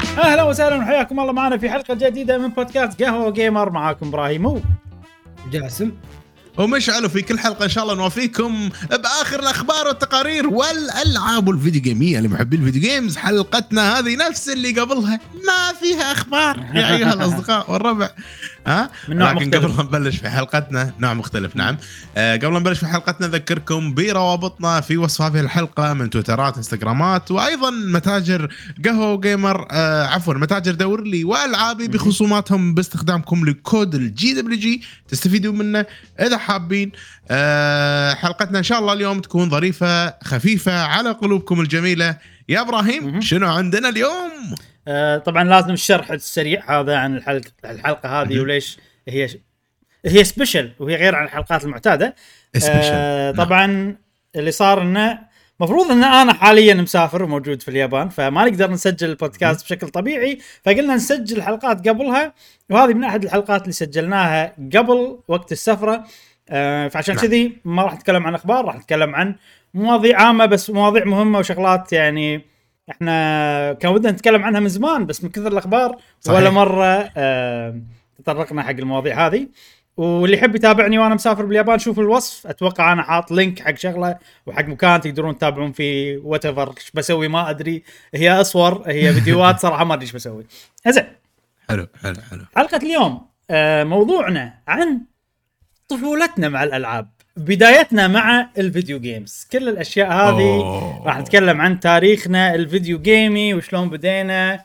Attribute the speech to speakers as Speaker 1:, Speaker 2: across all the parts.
Speaker 1: اهلا وسهلا وحياكم الله معنا في حلقه جديده من بودكاست قهوه جيمر. معاكم ابراهيم
Speaker 2: وجاسم
Speaker 3: ومشعل، في كل حلقه ان شاء الله نوافيكم باخر الاخبار والتقارير والالعاب والفيديو لمحبي الفيديو جيمز. حلقتنا هذه نفس اللي قبلها ما فيها اخبار يا ايها الاصدقاء والربع،
Speaker 1: من نوع
Speaker 3: لكن
Speaker 1: مختلف.
Speaker 3: قبل ما نبلش في حلقتنا نوع مختلف. نعم، قبل ما نبلش في حلقتنا نذكركم بروابطنا في وصف هذه الحلقه من تويترات، انستغرامات، وايضا متاجر قهوه جيمر، متاجر دور لي والعابي بخصوماتهم باستخدامكم لكود الجي دبليو جي تستفيدوا منه اذا حابين. حلقتنا ان شاء الله اليوم تكون ظريفه خفيفه على قلوبكم الجميله. يا ابراهيم شنو عندنا اليوم؟
Speaker 1: طبعا لازم الشرح السريع هذا عن الحلقه هذه وليش هي سبيشل وهي غير عن الحلقات المعتاده. طبعا اللي صار انه مفروض ان انا حاليا مسافر وموجود في اليابان، فما نقدر نسجل البودكاست بشكل طبيعي، فقلنا نسجل الحلقات قبلها، وهذه من احد الحلقات اللي سجلناها قبل وقت السفره. فعشان كذي ما راح نتكلم عن اخبار، راح نتكلم عن مواضيع عامه، بس مواضيع مهمه وشغلات يعني احنا كان ودنا نتكلم عنها من زمان، بس من كثر الاخبار صحيح. ولا مره تطرقنا حق المواضيع هذه. واللي يحب يتابعني وانا مسافر باليابان شوف الوصف، اتوقع انا حاط لينك حق شغله وحق مكان تقدرون تتابعون فيه واتيفر بسوي، ما ادري هي اصور هي فيديوهات صراحه ما ادري ايش بسوي. زين،
Speaker 3: حلو.
Speaker 1: حلقه اليوم موضوعنا عن طفولتنا مع الالعاب، بدايتنا مع الفيديو جيمز، كل الاشياء هذه راح نتكلم عن تاريخنا الفيديو جيمي وشلون بدينا،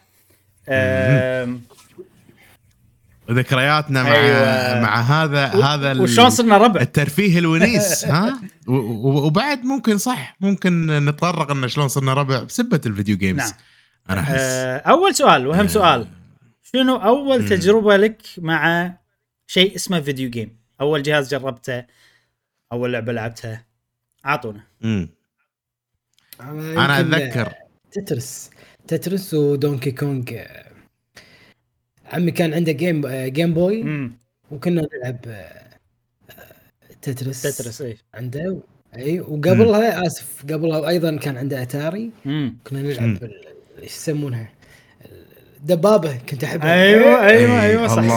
Speaker 3: ذكرياتنا مع هذا
Speaker 1: وشلون صرنا ربع
Speaker 3: الترفيه الونيس. ها وبعد ممكن نتطرق ان شلون صرنا ربع بسبة الفيديو جيمز.
Speaker 1: نعم.
Speaker 3: انا احس
Speaker 1: اول سؤال وهم سؤال، شنو اول تجربة لك مع شيء اسمه فيديو جيم؟ اول جهاز جربته، اول لعبة لعبتها، عطونا.
Speaker 3: انا اتذكر
Speaker 2: تترس ودونكي كونغ. عمي كان عنده جيم بوي وكنا نلعب تترس
Speaker 1: اي
Speaker 2: عنده. اي وقبلها قبلها ايضا كان عنده اتاري. كنا نلعب ايش يسمونها، دبابه، كنت احبها.
Speaker 1: ايوه صح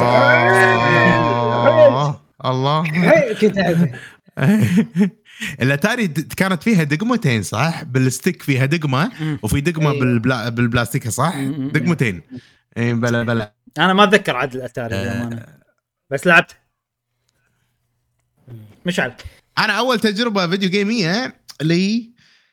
Speaker 3: الله
Speaker 2: كنت احبها.
Speaker 3: الاتاري كانت فيها دقمتين صح، بالستيك فيها دقمه وفي دقمه بالبلاستيك صح، دقمتين. اي بلا
Speaker 1: انا ما اتذكر عاد الاتاري بامانه، بس لعبت. مشعل،
Speaker 3: انا اول تجربه فيديو جيميه لي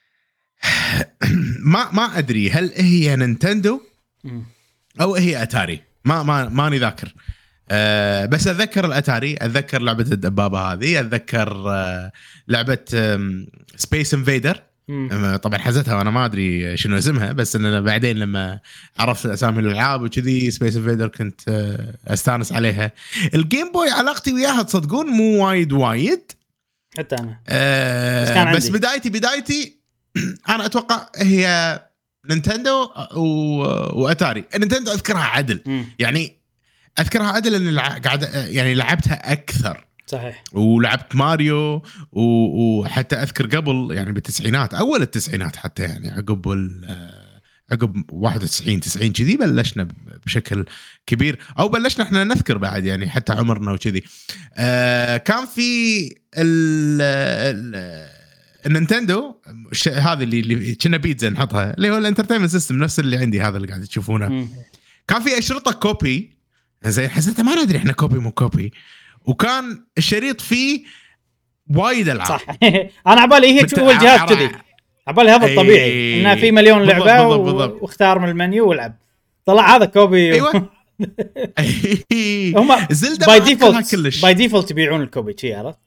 Speaker 3: ما ادري هل هي نينتندو او هي اتاري، ماني ذاكر. بس اتذكر الاتاري، اتذكر لعبه الدبابه هذه، اتذكر لعبه سبيس انفيدر. طبعا حزتها وانا ما ادري شنو اسمها، بس انا بعدين لما عرفت اسامي الالعاب وكذي سبيس انفيدر كنت استانس عليها. الجيم بوي علاقتي وياها تصدقون مو وايد
Speaker 1: حتى انا
Speaker 3: بس بدايتي انا اتوقع هي نينتندو واتاري. نينتندو اذكرها عدل، يعني اذكرها عدل ان قاعد يعني لعبتها اكثر صحيح، ولعبت ماريو وحتى اذكر قبل يعني بالتسعينات، اول التسعينات حتى يعني عقب 91 90 كذي بلشنا بشكل كبير، او بلشنا احنا نذكر بعد يعني حتى عمرنا وكذي. كان في النينتندو هذه اللي كنا بيتزا نحطها، اللي هو الانترتينمنت سيستم نفس اللي عندي هذا اللي قاعد تشوفونه. كان في اشرطه كوبي زي حسيتها، ما ندري احنا كوبي مو كوبي، وكان الشريط فيه وايد العاب صح.
Speaker 1: انا عبالي هي اول جهاز كذي، عبالي هذا الطبيعي انه في مليون لعبه واختار من المنيو والعب، طلع هذا كوبي.
Speaker 3: ايوه
Speaker 1: هم باي ديفولت يبيعون الكوبي شي، عرفت؟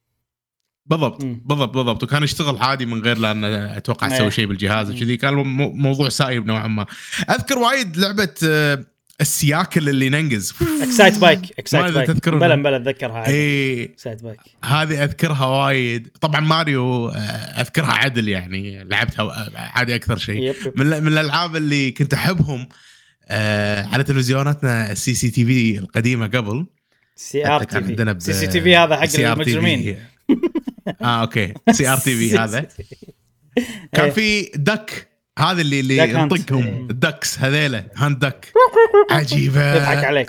Speaker 3: بالضبط وكان يشتغل عادي من غير لان اتوقع اسوي شيء بالجهاز وكذي، كان موضوع سايب نوعا ما. اذكر وايد لعبه السياكل اللي ننقز،
Speaker 1: اكسايت بايك بلا اتذكرها. اكسايت بايك
Speaker 3: هذه اذكرها وايد. طبعا ماريو اذكرها عدل، يعني لعبتها عادي اكثر شيء. من الالعاب اللي كنت احبهم على تلفزيوناتنا السي تي في القديمه قبل
Speaker 1: سي تي في هذا حق المجرمين.
Speaker 3: اوكي سي ار تي في هذا كان في دك هذا اللي ينطقهم الدكس هذيله هاند دك عجيبه
Speaker 1: يضحك عليك.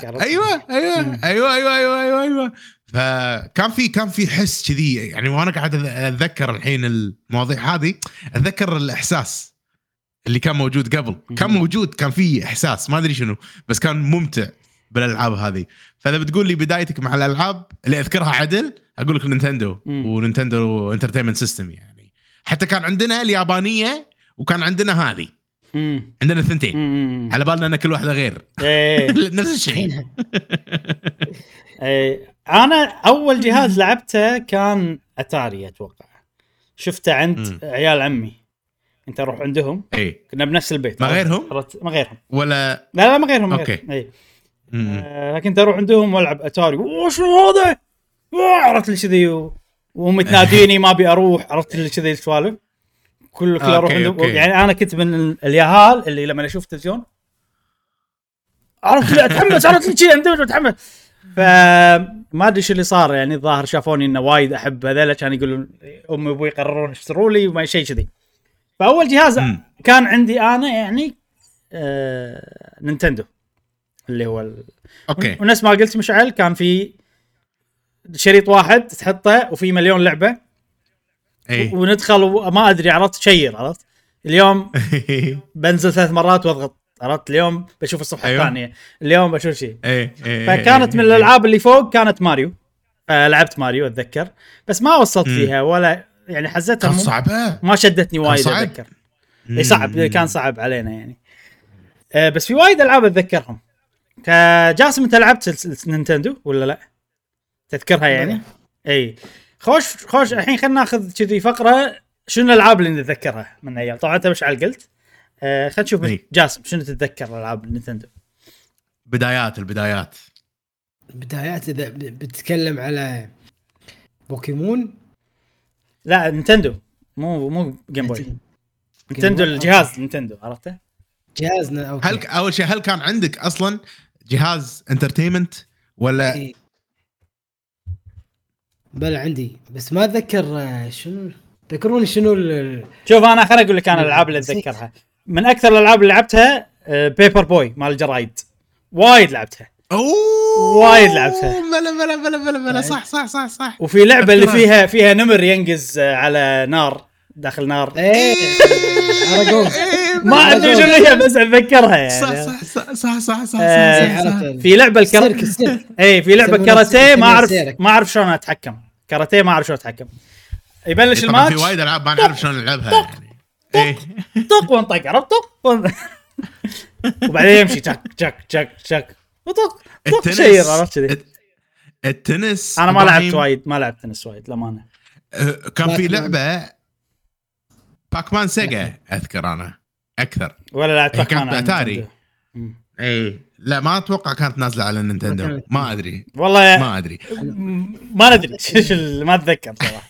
Speaker 3: ايوه. فكان في حس كذي يعني، وانا قاعد اتذكر الحين المواضيع هذه، اتذكر الاحساس اللي كان موجود قبل. كان في احساس ما ادري شنو، بس كان ممتع بالالعاب هذه. فاذا بتقول لي بدايتك مع الالعاب اللي اذكرها عدل، اقول لك نينتندو ونينتندو انترتينمنت سيستم. يعني حتى كان عندنا اليابانيه وكان عندنا هذه، عندنا ثنتين على بالنا ان كل واحده غير. نفس الشيء.
Speaker 1: انا اول جهاز لعبته كان اتاري، اتوقع شفته عند عيال عمي. انت روح عندهم، كنا بنفس البيت.
Speaker 3: ما غيرهم ولا
Speaker 1: لا ما غيرهم.
Speaker 3: اوكي.
Speaker 1: لكن انت روح عندهم والعب اتاري. وشو هذا؟ عرفت لي كذي ومتناديني ما ابي اروح. عرفت لي كذي السوالف كله اروح عندهم. يعني انا كنت من اليهال اللي لما اشوف تلفزيون عرفت لي اتحمس. عرفت لي شيء عندهم اتحمس. فما ادري شو اللي صار، يعني الظاهر شافوني انه وايد احب هذول، كان يقولون امي وابوي يقررون يشتروا لي وما شيء كذي. فاول جهاز كان عندي انا يعني نينتندو اللي هو
Speaker 3: اوكي.
Speaker 1: ونفس ما قلت مشعل، كان في شريط واحد تحطه وفي مليون لعبه. وندخل وما ادري، عرفت شير. عرفت اليوم بنزل 3 مرات واضغط. عرفت اليوم بشوف الصفحه الثانيه. اليوم بشوف شيء. فكانت من الالعاب اللي فوق كانت ماريو. لعبت ماريو اتذكر، بس ما وصلت فيها ولا يعني حزتها
Speaker 3: صعبه،
Speaker 1: ما شدتني وايد. اتذكر صعب، كان صعب علينا يعني. بس في وايد العاب اتذكرهم. كجاسم انت لعبت نينتندو ولا لا تذكرها يعني؟ اي خوش. الحين خلينا ناخذ كذي فقره شنو الالعاب اللي نتذكرها من ايام. طبعا انت مشعل قلت. خلينا نشوف جاسم شنو تتذكر العاب نينتندو.
Speaker 3: البدايات
Speaker 2: اذا بتتكلم على بوكيمون.
Speaker 1: لا نينتندو، مو جيم بوي. نينتندو الجهاز نينتندو، عرفته
Speaker 2: جهازنا. أوكي.
Speaker 3: اول شيء هل كان عندك اصلا جهاز انترتينمنت ولا؟
Speaker 2: بلا عندي، بس ما اتذكر شنو. تذكروني شنو
Speaker 1: شوف انا خليني اقول لك انا الالعاب اللي اتذكرها. من اكثر الالعاب اللي لعبتها بيبر بوي مال الجرايد. وايد لعبتها. وايد لعبتها.
Speaker 3: بلا صح.
Speaker 1: وفي لعبه اللي فيها نمر ينقز على نار، داخل نار. ما ادري شنو هي بس اتذكرها يعني. صح. في لعبه في لعبه كاراتيه ما اعرف شلون اتحكم. كاراتيه ما اعرف شلون اتحكم. يبلش الماتش.
Speaker 3: في وايد العاب ما نعرف شلون نلعبها
Speaker 1: يعني. طق وانطق. عرفت طق وبعدين يمشي تشك وطق شير. عرفت كذي.
Speaker 3: التنس
Speaker 1: انا ما لعبت تنس وايد للامانه.
Speaker 3: كان في لعبه باكمان سيجا اذكر انا اكثر،
Speaker 1: ولا لعبت
Speaker 3: باكمان اتاري. لا ما اتوقع كانت نازله على النينتندو. ما ادري والله، ما ادري
Speaker 1: ما اتذكر صراحه.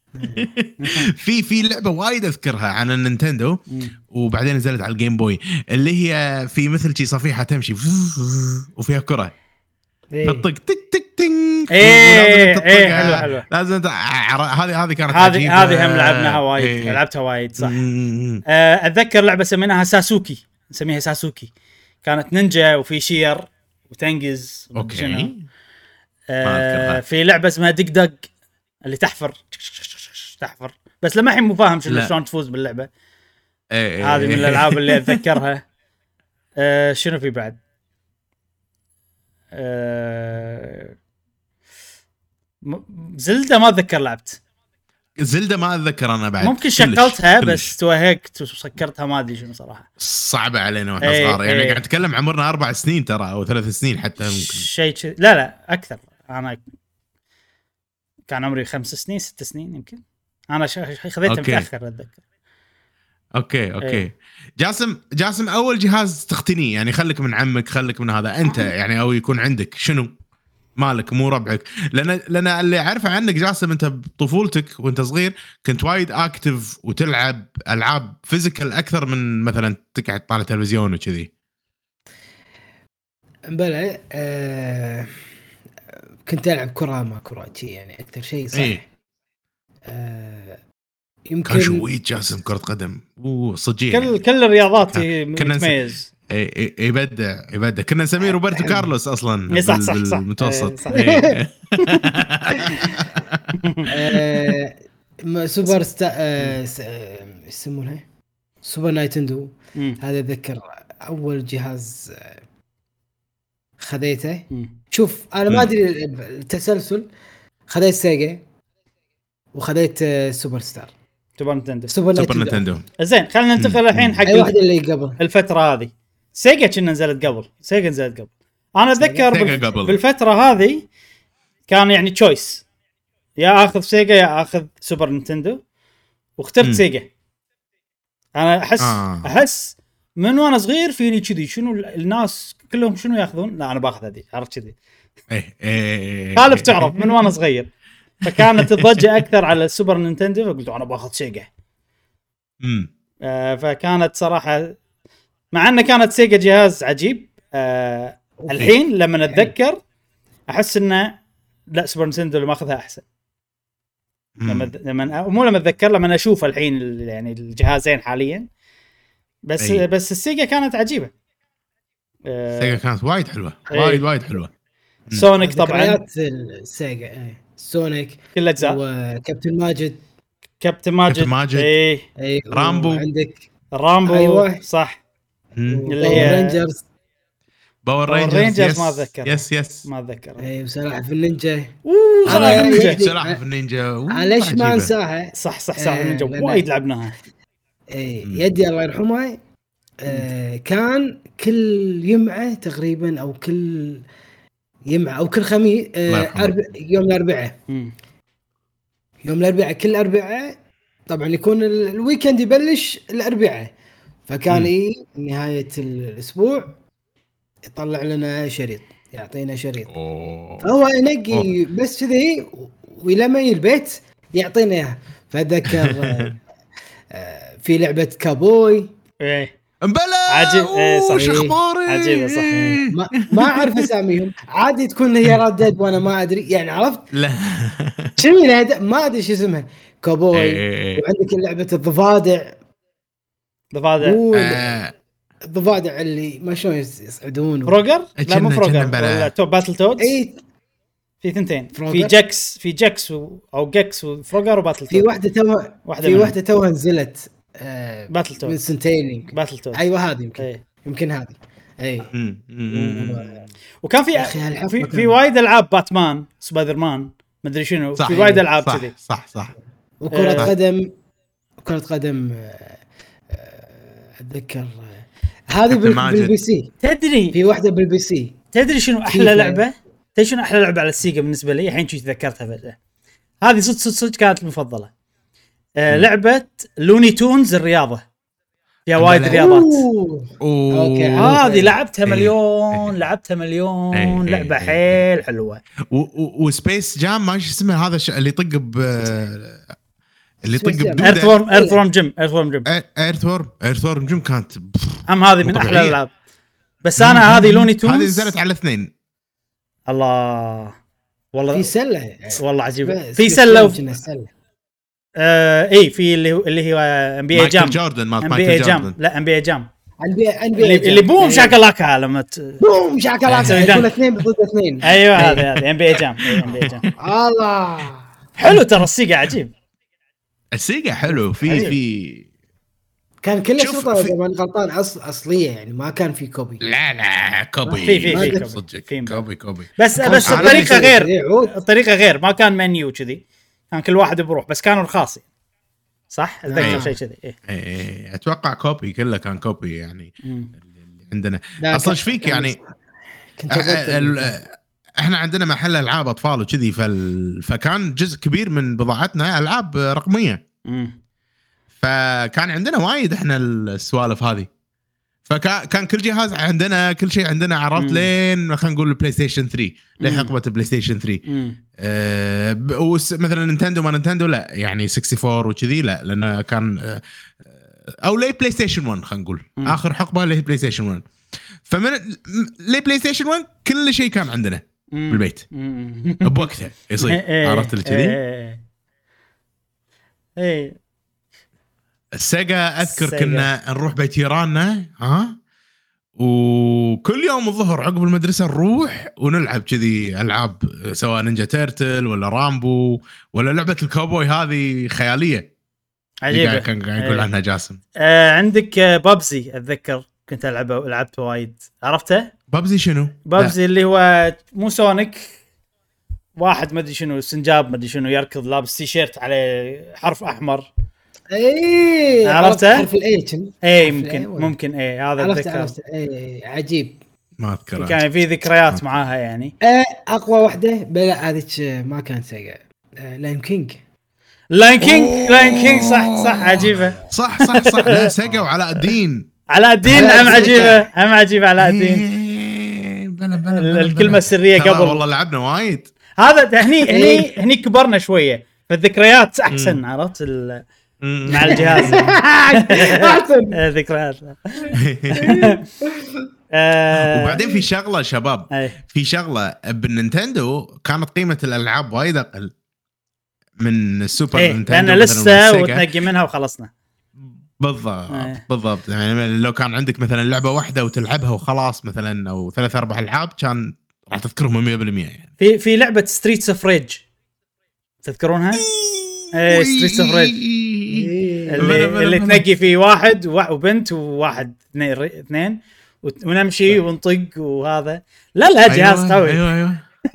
Speaker 3: في لعبه وايد اذكرها عن النينتندو وبعدين نزلت على الجيم بوي، اللي هي في مثل شي صفيحه تمشي وفيها كره تطق تك تك تك.
Speaker 1: حلوه
Speaker 3: لازم هذه كانت
Speaker 1: هذه هم لعبناها وايد. لعبتها وايد صح. اتذكر لعبه سميناها ساسوكي، نسميها ساسوكي. كانت نينجا وفي شير وتنقز.
Speaker 3: اوكي.
Speaker 1: في لعبه اسمها دق دق اللي تحفر بس لما الحين مو فاهم شلون تفوز باللعبه. هذه من الالعاب اللي اتذكرها. شنو في بعد؟ زلدة ما اتذكر لعبت
Speaker 3: زلدة. ما اتذكر انا بعد.
Speaker 1: ممكن شغلتها بس توهقت وسكرتها ما ادري شنو صراحه.
Speaker 3: صعبه علينا واحنا صغار يعني. قاعد نتكلم عمرنا 4 سنين ترى او 3 سنين حتى ممكن
Speaker 1: شيء. لا اكثر. انا كان عمري 5 سنين 6 سنين يمكن. انا خذيتها متاخر اتذكر.
Speaker 3: اوكي. جاسم اول جهاز تقتنيه يعني، خليك من عمك خليك من هذا انت يعني، او يكون عندك شنو مالك مو ربعك. لان اللي اعرفه عنك جاسم انت بطفولتك وانت صغير كنت وايد اكتف وتلعب العاب فيزيكال اكثر من مثلا تقعد طالع تلفزيون وكذي.
Speaker 2: بلى كنت العب كره ما كره شيء يعني اكثر شيء صح. يمكن
Speaker 3: كان شوية جاسم كرة قدم صجيه
Speaker 1: كل الرياضات متميز.
Speaker 3: يبدع كنا نسميه روبرتو كارلوس اصلا
Speaker 1: صح
Speaker 3: بالمتوسط.
Speaker 2: سوبر يسمونها سوبر نايتندو. هذا اتذكر اول جهاز خذيته. شوف انا ما ادري التسلسل، خذيت سيجا وخذيت سوبر ستار
Speaker 1: سوبر نينتندو. زين خلينا ننتقل الحين حق
Speaker 2: اي واحده اللي قبل
Speaker 1: الفتره هذه. سيجا كنا نزلت قبل، انا اتذكر بالفتره هذه كان يعني تشويس، يا اخذ سيجا يا اخذ سوبر نينتندو، واخترت سيجا. انا احس من وانا صغير فيني كذي، شنو الناس كلهم شنو ياخذون، لا انا باخذ هذه، عرفت كذي. خالف تعرف من وانا صغير، فكانت الضجه اكثر على السوبر نينتندو، فقلت انا باخذ سيجا. فكانت صراحه، مع انه كانت سيجا جهاز عجيب. الحين لما اتذكر احس انه لا، سوبر نينتندو اللي ماخذها احسن. لما اتذكر، لما اشوف الحين يعني الجهازين حاليا، بس السيجا كانت عجيبه.
Speaker 3: السيجا كانت وايد حلوه، وايد حلوه.
Speaker 1: سونيك طبعا،
Speaker 2: السيجا سونيك
Speaker 1: كل اجزاء،
Speaker 2: وكابتن
Speaker 1: ماجد
Speaker 2: اي
Speaker 3: رامبو،
Speaker 2: عندك
Speaker 1: رامبو.
Speaker 2: أيوة.
Speaker 1: صح.
Speaker 2: اللي هي
Speaker 3: باور رينجرز
Speaker 1: ما اتذكر.
Speaker 3: يس
Speaker 1: ما اتذكر.
Speaker 2: اي وسلاحف النينجا.
Speaker 3: سلاحف النينجا
Speaker 2: ليش ما انساها؟
Speaker 1: صح سلاحف النينجا وايد لعبناها.
Speaker 2: يدي الله يرحمها. كان كل يمعه تقريبا، او كل يمعه او كل خميس، يوم الاربعاء كل اربعاء طبعا يكون الويكند يبلش الاربعاء، فكان نهايه الاسبوع يطلع لنا شريط، يعطينا شريط. هو ينقي بس كذي، ولما البيت يعطينا اياه. فاتذكر في لعبه كابوي
Speaker 3: امبلا
Speaker 1: عجيب.
Speaker 3: صح، اخباري
Speaker 1: عجيبه صح.
Speaker 2: ما اعرف اساميهم، عادي تكون هي ردد وانا ما ادري، يعني عرفت
Speaker 3: لا
Speaker 2: شنو ما ادري شو اسمها كابوي. وعندك لعبه الضفادع الضفادع اللي ما شلون يصعدون.
Speaker 1: فروجر، لا مو فروجر، ولا باتل تودز. في ثنتين، في جكس او جكس وفروجر وباتل تود.
Speaker 2: في واحده توها نزلت
Speaker 1: باتل تود
Speaker 2: من سنتين.
Speaker 1: باتل تود،
Speaker 2: ايوه هذه يمكن هذه.
Speaker 1: وكان في وايد العاب، باتمان، سبايدر مان، ما ادري شنو، في وايد العاب كذي.
Speaker 3: صح.
Speaker 2: وكرة قدم اتذكر هذه بالبي سي.
Speaker 1: تدري
Speaker 2: في واحده بالبي سي،
Speaker 1: تدري شنو احلى لعبه؟ تدري شنو احلى لعبه على السيجا بالنسبه لي الحين؟ شو تذكرتها فجاه، هذه صدق كانت المفضله. لعبه لوني تونز الرياضه، فيها وايد رياضات.
Speaker 2: اوكي
Speaker 1: هذه لعبتها مليون، لعبه حيل حلوه.
Speaker 3: وسبيس جام، ما ايش اسمه هذا اللي يطق بدوده. ايرثورم جيم كانت
Speaker 1: هذه من احلى الالعاب. بس انا هذه لوني تونز
Speaker 3: هذه نزلت على 2.
Speaker 1: الله والله
Speaker 2: في سله،
Speaker 1: والله عجيبه. في سله في اللي هي ام بي اي جام
Speaker 3: جوردن،
Speaker 1: مايكل جوردن. لا ام بي اي جام
Speaker 2: اللي
Speaker 1: بوم شاكلاكا، لما
Speaker 2: بوم شاكلاكا يكون 2 ضد 2.
Speaker 1: ايوه هذه ام بي اي جام.
Speaker 2: الله
Speaker 1: حلو ترى السيجا، عجيب
Speaker 3: السيجا حلو. في
Speaker 2: كان كله شطره اذا ما غلطان، اصليه يعني، ما كان في كوبي.
Speaker 3: لا كوبي
Speaker 1: في
Speaker 3: كوبي
Speaker 1: بس الطريقه غير ما كان منيو كذي، كان كل واحد بروح، بس كانوا رخاص صح. اتذكر شيء كذي.
Speaker 3: اتوقع كوبي كله كان كوبي يعني. عندنا اصلا ايش فيك يعني، احنا عندنا محل العاب اطفال وكذي، فكان جزء كبير من بضاعتنا العاب رقميه. فكان عندنا وايد احنا السوالف هذه، فكان كل جهاز عندنا، كل شيء عندنا، عرفت لين خلينا نقول البلاي ستيشن 3 لين حقبه البلاي ستيشن 3. مثلا نينتندو ما نينتندو لا يعني 64 وكذي لا، لانه كان او لي بلاي ستيشن 1 خلينا نقول اخر حقبه اللي هي بلاي ستيشن 1. فمن لي بلاي ستيشن 1 كل شيء كان عندنا بالبيت بوقتها يصير. عرفت اللي كذي. السيجا اذكر
Speaker 1: السيجا.
Speaker 3: كنا نروح بيت جيراننا وكل يوم الظهر عقب المدرسه نروح ونلعب كذي العاب، سواء نينجا تيرتل ولا رامبو ولا لعبه الكاوبوي هذه خياليه
Speaker 1: عجيبه
Speaker 3: كان قاعد يقول عنها جاسم.
Speaker 1: عندك بابزي اتذكر كنت العبه، لعبته وايد. عرفته
Speaker 3: بابزي شنو؟
Speaker 1: بابزي اللي هو مو سونيك، واحد ما ادري شنو سنجاب ما ادري شنو يركض لابس تي شيرت عليه حرف احمر.
Speaker 2: اي
Speaker 1: عرفته؟
Speaker 2: حرف الاي
Speaker 1: اي ممكن اي هذا
Speaker 2: عرفت اي عجيب.
Speaker 3: ما اذكر
Speaker 1: كان في ذكريات معاها يعني.
Speaker 2: اقوى واحده بلا هذيك ما كانت سيجا، لاين كينج.
Speaker 1: لاين كينج صح عجيبه.
Speaker 3: صح لا سيجا وعلاء الدين.
Speaker 1: علاء الدين هم عجيبه علاء الدين. الكلمه السريه قبل
Speaker 3: والله لعبنا وايد.
Speaker 1: هذا هني كبرنا شويه فالذكريات احسن. عرفت مع الجهاز
Speaker 2: احسن
Speaker 1: ذكريات.
Speaker 3: وبعدين في شغله شباب، في شغله بالنينتندو كانت قيمه الالعاب وايد اقل من السوبر نينتندو،
Speaker 1: لان لسه وتنقي منها وخلصنا.
Speaker 3: بالضبط يعني لو كان عندك مثلا لعبه واحده وتلعبها وخلاص مثلا، او 3-4 العاب كان راح تذكرهم 100% يعني.
Speaker 1: في لعبه ستريتس اوف ريج تذكرونها؟ ستريتس اوف ريج اللي تنقي فيه واحد وبنت وواحد اثنين ونمشي ونطق وهذا. لا جهاز قوي.
Speaker 3: ايوه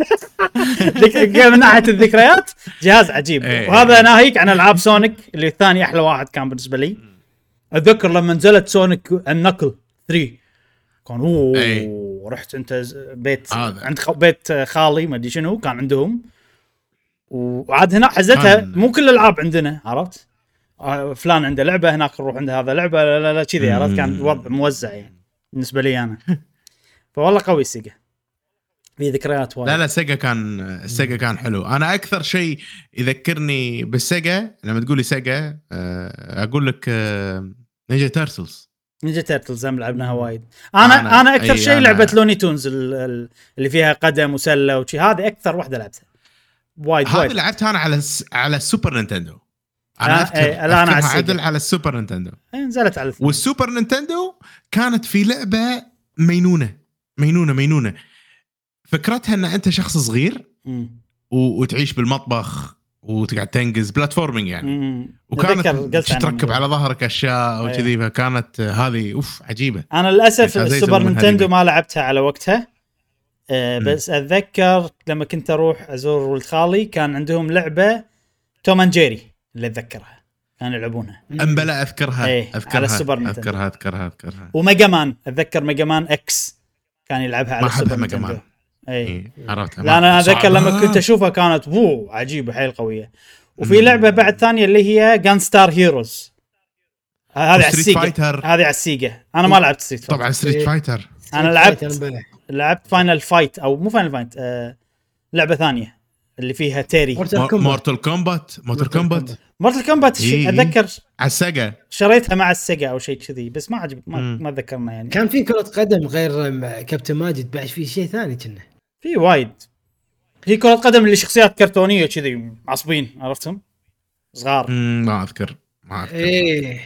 Speaker 1: من ناحيه الذكريات جهاز عجيب. وهذا ناهيك عن العاب سونيك اللي الثاني احلى واحد كان بالنسبه لي. اتذكر لما نزلت سونيك النكل 3 كان رحت انت بيت عند بيت خالي ما ادري شنو كان عندهم، وعاد هنا حزتها مو كل الالعاب عندنا. عرفت فلان عنده لعبه هناك نروح عنده هذا لعبه لا كذي. عرفت كان وضع موزع يعني بالنسبه لي انا. فوالله قوي سيجا في ذكريات وايد.
Speaker 3: لا السيجا كان حلو. انا اكثر شيء يذكرني بالسيجا لما تقولي سيجا اقول لك نينجا تيرتلز هم لعبناها وايد. انا اكثر شيء لعبه لوني تونز اللي فيها قدم وسله وشي، هذه اكثر واحده لعبتها وايد. هذه لعبتها انا على السوبر نينتندو. انا اذكر عدل على السوبر نينتندو
Speaker 1: نزلت على
Speaker 3: والسوبر نينتندو كانت في لعبه مينونه فكرتها ان انت شخص صغير وتعيش بالمطبخ وتقعد تنقز بلاتفورمينج يعني. وكانت تركب على ظهرك اشياء وكذي. فكانت هذه عجيبه.
Speaker 1: انا للاسف السوبر نينتندو ما لعبتها على وقتها. بس اتذكر لما كنت اروح ازور ولد خالي كان عندهم لعبه توم اند جيري اللي اتذكرها كانوا يلعبونها.
Speaker 3: امبلا اذكرها
Speaker 1: على السوبر نينتندو.
Speaker 3: اذكرها
Speaker 1: وميجا مان اتذكر ميجا مان اكس كان يلعبها على السوبر نينتندو.
Speaker 3: عرفتها.
Speaker 1: لا انا اتذكر لما كنت اشوفها كانت عجيبه حيل قويه. وفي لعبه بعد ثانيه اللي هي جان ستار هيروز، هذه على السيجا. هذه على السيجا. انا ما لعبت ستريت فايتر.
Speaker 3: طبعا ستريت فايتر
Speaker 1: انا لعبت فاينل فايت او مو فاينل فايت، لعبه ثانيه اللي فيها تيري.
Speaker 3: مورتال كومبات
Speaker 1: اتذكر
Speaker 3: على السيجا
Speaker 1: شريتها مع السيجا او شيء كذي، بس ما عجبت ما ذكرنا يعني.
Speaker 2: كان في كرة قدم غير كابتن ماجد بعد في شيء ثاني كنا
Speaker 1: في وايد. هي كرة قدم اللي شخصيات كرتونيه كذي معصبين، عرفتهم صغار.
Speaker 3: ما اذكر
Speaker 2: ايه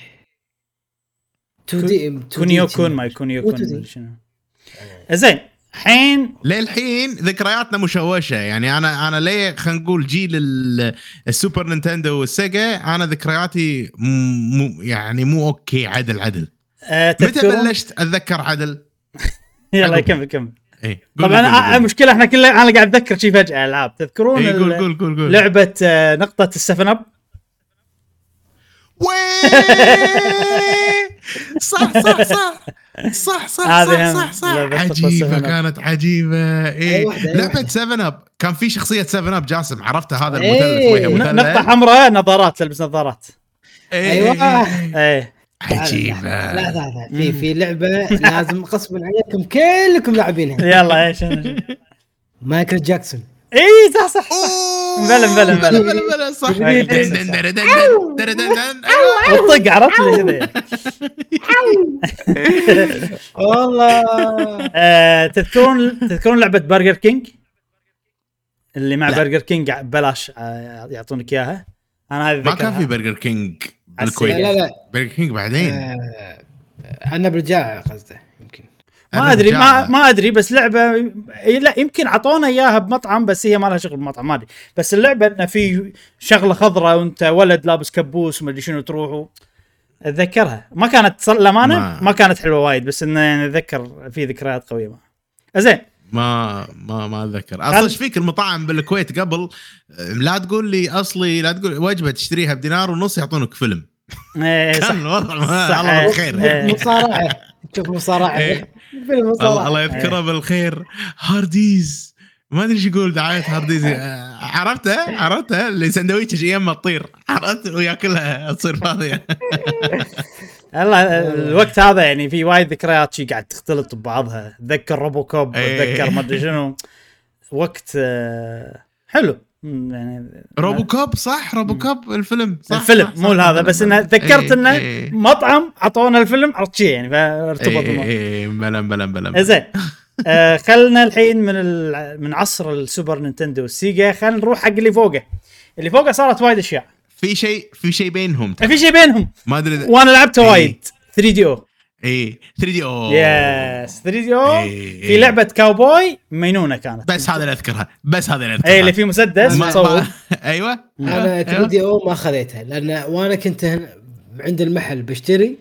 Speaker 2: 2D
Speaker 1: كونيو كون ما كونيو كون شنو. زين حين
Speaker 3: للحين ذكرياتنا مشوشه يعني. انا ليه خلينا نقول جيل السوبر نينتندو والسيجا انا ذكرياتي يعني مو اوكي. عدل متى بلشت اتذكر عدل؟
Speaker 1: يلا كمل.
Speaker 3: ايه
Speaker 1: طبعا المشكله احنا كلنا انا قاعد اتذكر شيء فجاه العاب. تذكرون
Speaker 3: قول.
Speaker 1: لعبه نقطه السفن اب؟
Speaker 3: صح عجيبه كانت عجيبه. لعبه 7 اب كان في شخصيه 7 اب جاسم عرفتها. هذا المثلث
Speaker 1: نقطه حمراء نظارات تلبس نظارات.
Speaker 2: ايوه
Speaker 3: عجيبه.
Speaker 2: لا في لعبه لازم غصبا عليكم كلكم لاعبينها.
Speaker 1: يلا ايش
Speaker 2: مايكل جاكسون.
Speaker 1: اي صح بلا
Speaker 3: صح.
Speaker 1: والطق عرفت لي كذا
Speaker 2: والله.
Speaker 1: تذكرون لعبه برجر كينج اللي مع برجر كينج بلاش يعطونك اياها؟ انا هذه
Speaker 3: ما كان في برجر كينج الكويت.
Speaker 2: لا
Speaker 3: برجر كينج بعدين.
Speaker 2: انا برجع قصده يمكن
Speaker 1: ما ادري ما ادري بس لعبه لا يمكن عطونا اياها بمطعم بس هي ما لها شغل بمطعم ما ادري بس اللعبه انه في شغله خضراء وانت ولد لابس كبوس وما ادري شنو تروحوا اتذكرها ما كانت للامانه ما كانت حلوه وايد بس انه يعني اتذكر في ذكريات قويه زين
Speaker 3: ما اتذكر اصلا ايش فيك المطاعم بالكويت قبل لا تقول لي اصلي لا تقول وجبه تشتريها بدينار ونص يعطونك فيلم كان الوضع الله بالخير
Speaker 2: مصارعه تشوف مصارعه فيلم مصارعه
Speaker 3: الله يذكره بالخير هارديز ما ادري ايش يقول دعايه هارديز عرفته اللي سندويتش ايام ما تطير عرفت وياكلها تصير فاضيه
Speaker 1: الله الوقت هذا يعني في وايد ذكريات شي قاعد تختلط ببعضها اتذكر روبوكوب اتذكر ما ادري شنو وقت حلو يعني
Speaker 3: روبوكوب صح روبوكوب الفيلم صح
Speaker 1: الفيلم
Speaker 3: صح
Speaker 1: مو هذا بس انه تذكرت انه مطعم عطونا الفيلم عرفت شي يعني فارتبط
Speaker 3: بلا
Speaker 1: زين خلنا الحين من عصر السوبر نينتندو والسيجا خلينا نروح حق اللي فوقه صارت وايد اشياء
Speaker 3: في شيء بينهم
Speaker 1: ما
Speaker 3: ادري
Speaker 1: وانا لعبته وايد 3DO
Speaker 3: 3DO
Speaker 1: يس 3DO في لعبه كاوبوي مينونه كانت
Speaker 3: بس هذا اللي اذكرها
Speaker 1: اللي فيه مسدس مصور
Speaker 3: ايوه
Speaker 2: انا 3DO ما خذيتها لان وانا كنت عند المحل بشتري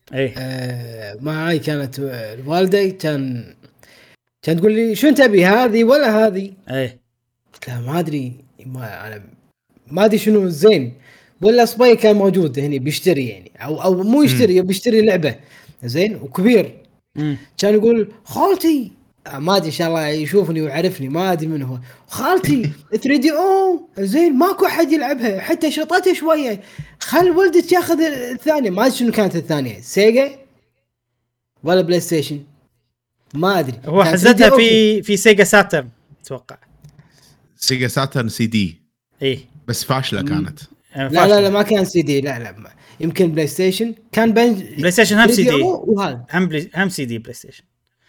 Speaker 2: معي كانت الوالده كان تقول لي شو تبي هذه ولا هذه قلت لها ما ادري انا ما ادري شنو زين ولا صبي كان موجود هنا بيشتري يعني او مو يشتري بيشتري لعبه زين وكبير كان يقول خالتي ما ادري ان شاء الله يشوفني ويعرفني ما ادري من هو خالتي 3DO زين ماكو احد يلعبها حتى شطتها شويه خل ولدك ياخذ الثانيه ما ادري شنو كانت الثانيه سيجا ولا بلاي ستيشن ما ادري
Speaker 1: هو حزتها في سيجا ساترن اتوقع
Speaker 3: سيجا ساترن سي دي بس فاشله كانت
Speaker 2: لا ما كان سي دي لا يمكن بلاي ستيشن كان
Speaker 1: بلاي ستيشن هم سي دي هم سي دي بلاي ستيشن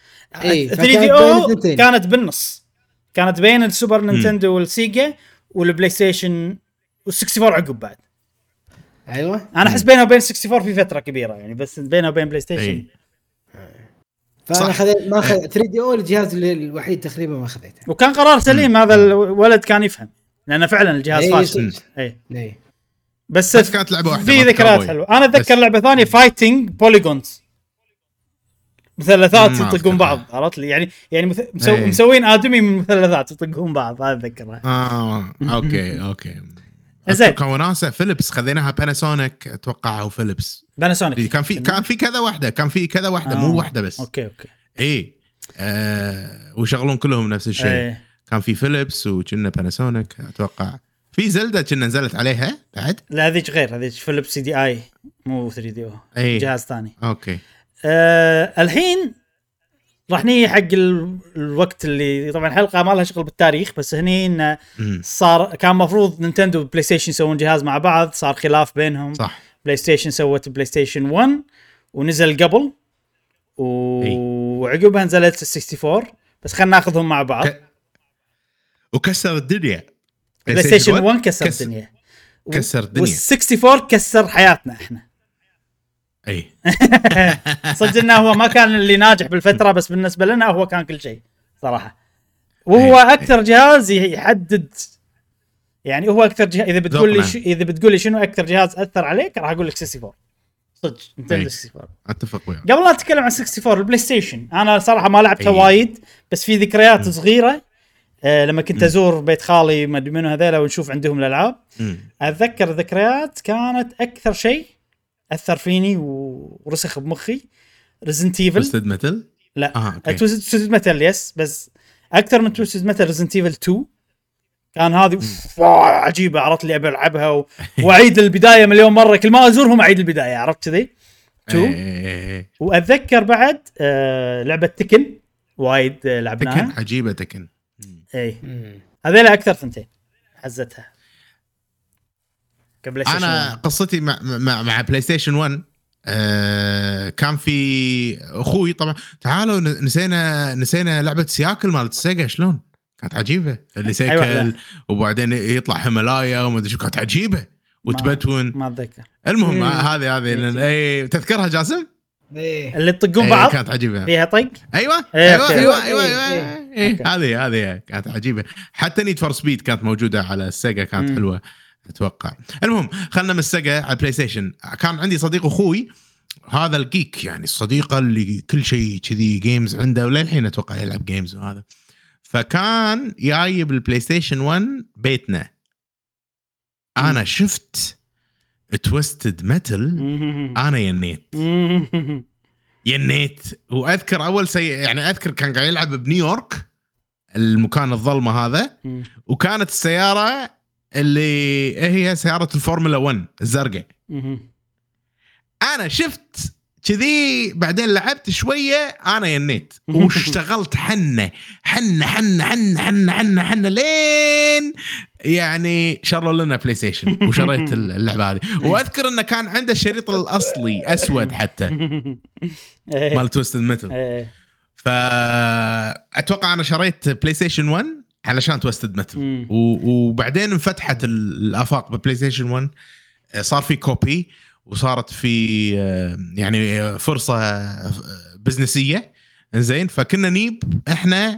Speaker 1: 3DO كانت بالنص كانت بين السوبر نينتندو والسيجا والبلاي ستيشن وال64 عقب بعد
Speaker 2: ايوه
Speaker 1: انا احس بينه وبين 64 في فتره كبيره يعني بس بينه وبين بلاي ستيشن
Speaker 2: فانا خذيت ما 3DO الجهاز الوحيد تقريبا ما خذيته
Speaker 1: وكان قرار سليم هذا الولد كان يفهم لانه فعلا الجهاز فاشل بس
Speaker 3: كانت لعبه واحده
Speaker 1: في ذكريات حلوه انا اتذكر لعبه ثانيه فايتنج بوليجونز مثلثات يطقون بعض عرفت لي يعني مسوين ادمي من مثلثات يطقون بعض هذا اتذكرها
Speaker 3: اوكي زين كان وناسه فيليبس خذيناها باناسونيك اتوقع او فيليبس
Speaker 1: باناسونيك
Speaker 3: كان في كذا واحده مو واحده بس
Speaker 1: اوكي
Speaker 3: ويشغلون كلهم نفس الشيء كان في فيليبس وكنا باناسونيك اتوقع في زلدة كنا نزلت عليها بعد
Speaker 1: لا هذيك غير هذيك فيليبس CDI مو 3DO جهاز ثاني
Speaker 3: اوكي
Speaker 1: الحين راح نيجي حق الوقت اللي طبعا الحلقه ما لها شغل بالتاريخ بس هني إنه صار كان مفروض نينتندو وبلاي ستيشن يسوون جهاز مع بعض صار خلاف بينهم
Speaker 3: صح
Speaker 1: بلاي ستيشن سوت بلاي ستيشن 1 ونزل قبل وعقبها نزلت ال64 بس خلينا ناخذهم مع بعض
Speaker 3: وكسر الدنيا
Speaker 1: بلاي ستيشن 1 كسر الدنيا وال64 كسر حياتنا احنا صدق انه هو ما كان اللي ناجح بالفتره بس بالنسبه لنا هو كان كل شيء صراحه وهو اكثر جهاز يحدد يعني هو اكثر جهاز اذا بتقول لي شنو اكثر جهاز اثر عليك راح اقول لك 64 صدق نينتندو 64
Speaker 3: اتفق وياك
Speaker 1: قبل لا نتكلم عن 64 البلاي ستيشن انا صراحه ما لعبتها وايد بس في ذكريات صغيره لما كنت ازور بيت خالي ما ادري منو هذول ونشوف عندهم الالعاب اتذكر ذكريات كانت اكثر شيء اثر فيني ورسخ بمخي ريزنت ايفل
Speaker 3: تويستد ميتال
Speaker 1: لا تويستد ميتال يس بس اكثر من تويستد ميتال ريزنت ايفل 2 كان هذه عجيبه عرفت لي العبها واعيد البدايه مليون مره كل ما ازورهم اعيد البدايه عرفت كذي 2 واتذكر بعد لعبه تكن وايد لعبناها
Speaker 3: تكن عجيبه تكن
Speaker 1: هذول اكثر ثنتين حزتها
Speaker 3: انا قصتي مع بلاي ستيشن 1 كان في اخوي طبعا تعالوا نسينا لعبه سياكل مالت سيجا شلون كانت عجيبه اللي سيكل وبعدين يطلع هيمالايا وما ادري شو كانت عجيبه وتبتون
Speaker 1: ما اتذكر.
Speaker 3: المهم هذه تذكرها جاسم
Speaker 1: اللي تطقون بعض
Speaker 3: كانت عجيبه
Speaker 1: فيها طق.
Speaker 3: ايوه هذه كانت عجيبه. حتى نيد فور سبيد كانت موجوده على السيجا كانت حلوه اتوقع. المهم خلنا من السيجا على البلاي ستيشن. كان عندي صديق اخوي هذا الجيك يعني الصديق اللي كل شيء كذي جيمز عنده وللحين اتوقع يلعب جيمز وهذا. فكان جايب البلاي ستيشن 1 بيتنا. انا شفت تويستد ميتل انا ينيت واذكر اول يعني اذكر كان قاعد يلعب بنيويورك المكان الظلمه هذا وكانت السياره اللي هي سياره الفورمولا 1 الزرقاء. انا شفت كذي بعدين لعبت شويه انا ينيت واشتغلت حنه لين يعني شروا لنا بلاي ستيشن وشريت اللعبه هذه. واذكر انه كان عنده الشريط الاصلي اسود حتى مال تويستد ميتل. فاتوقع انا شريت بلاي ستيشن 1 علشان تويستد ميتل وبعدين انفتحت الافاق ببلاي ستيشن 1 صار في كوبي وصارت في يعني فرصة بزنسية زين. فكنا نجيب احنا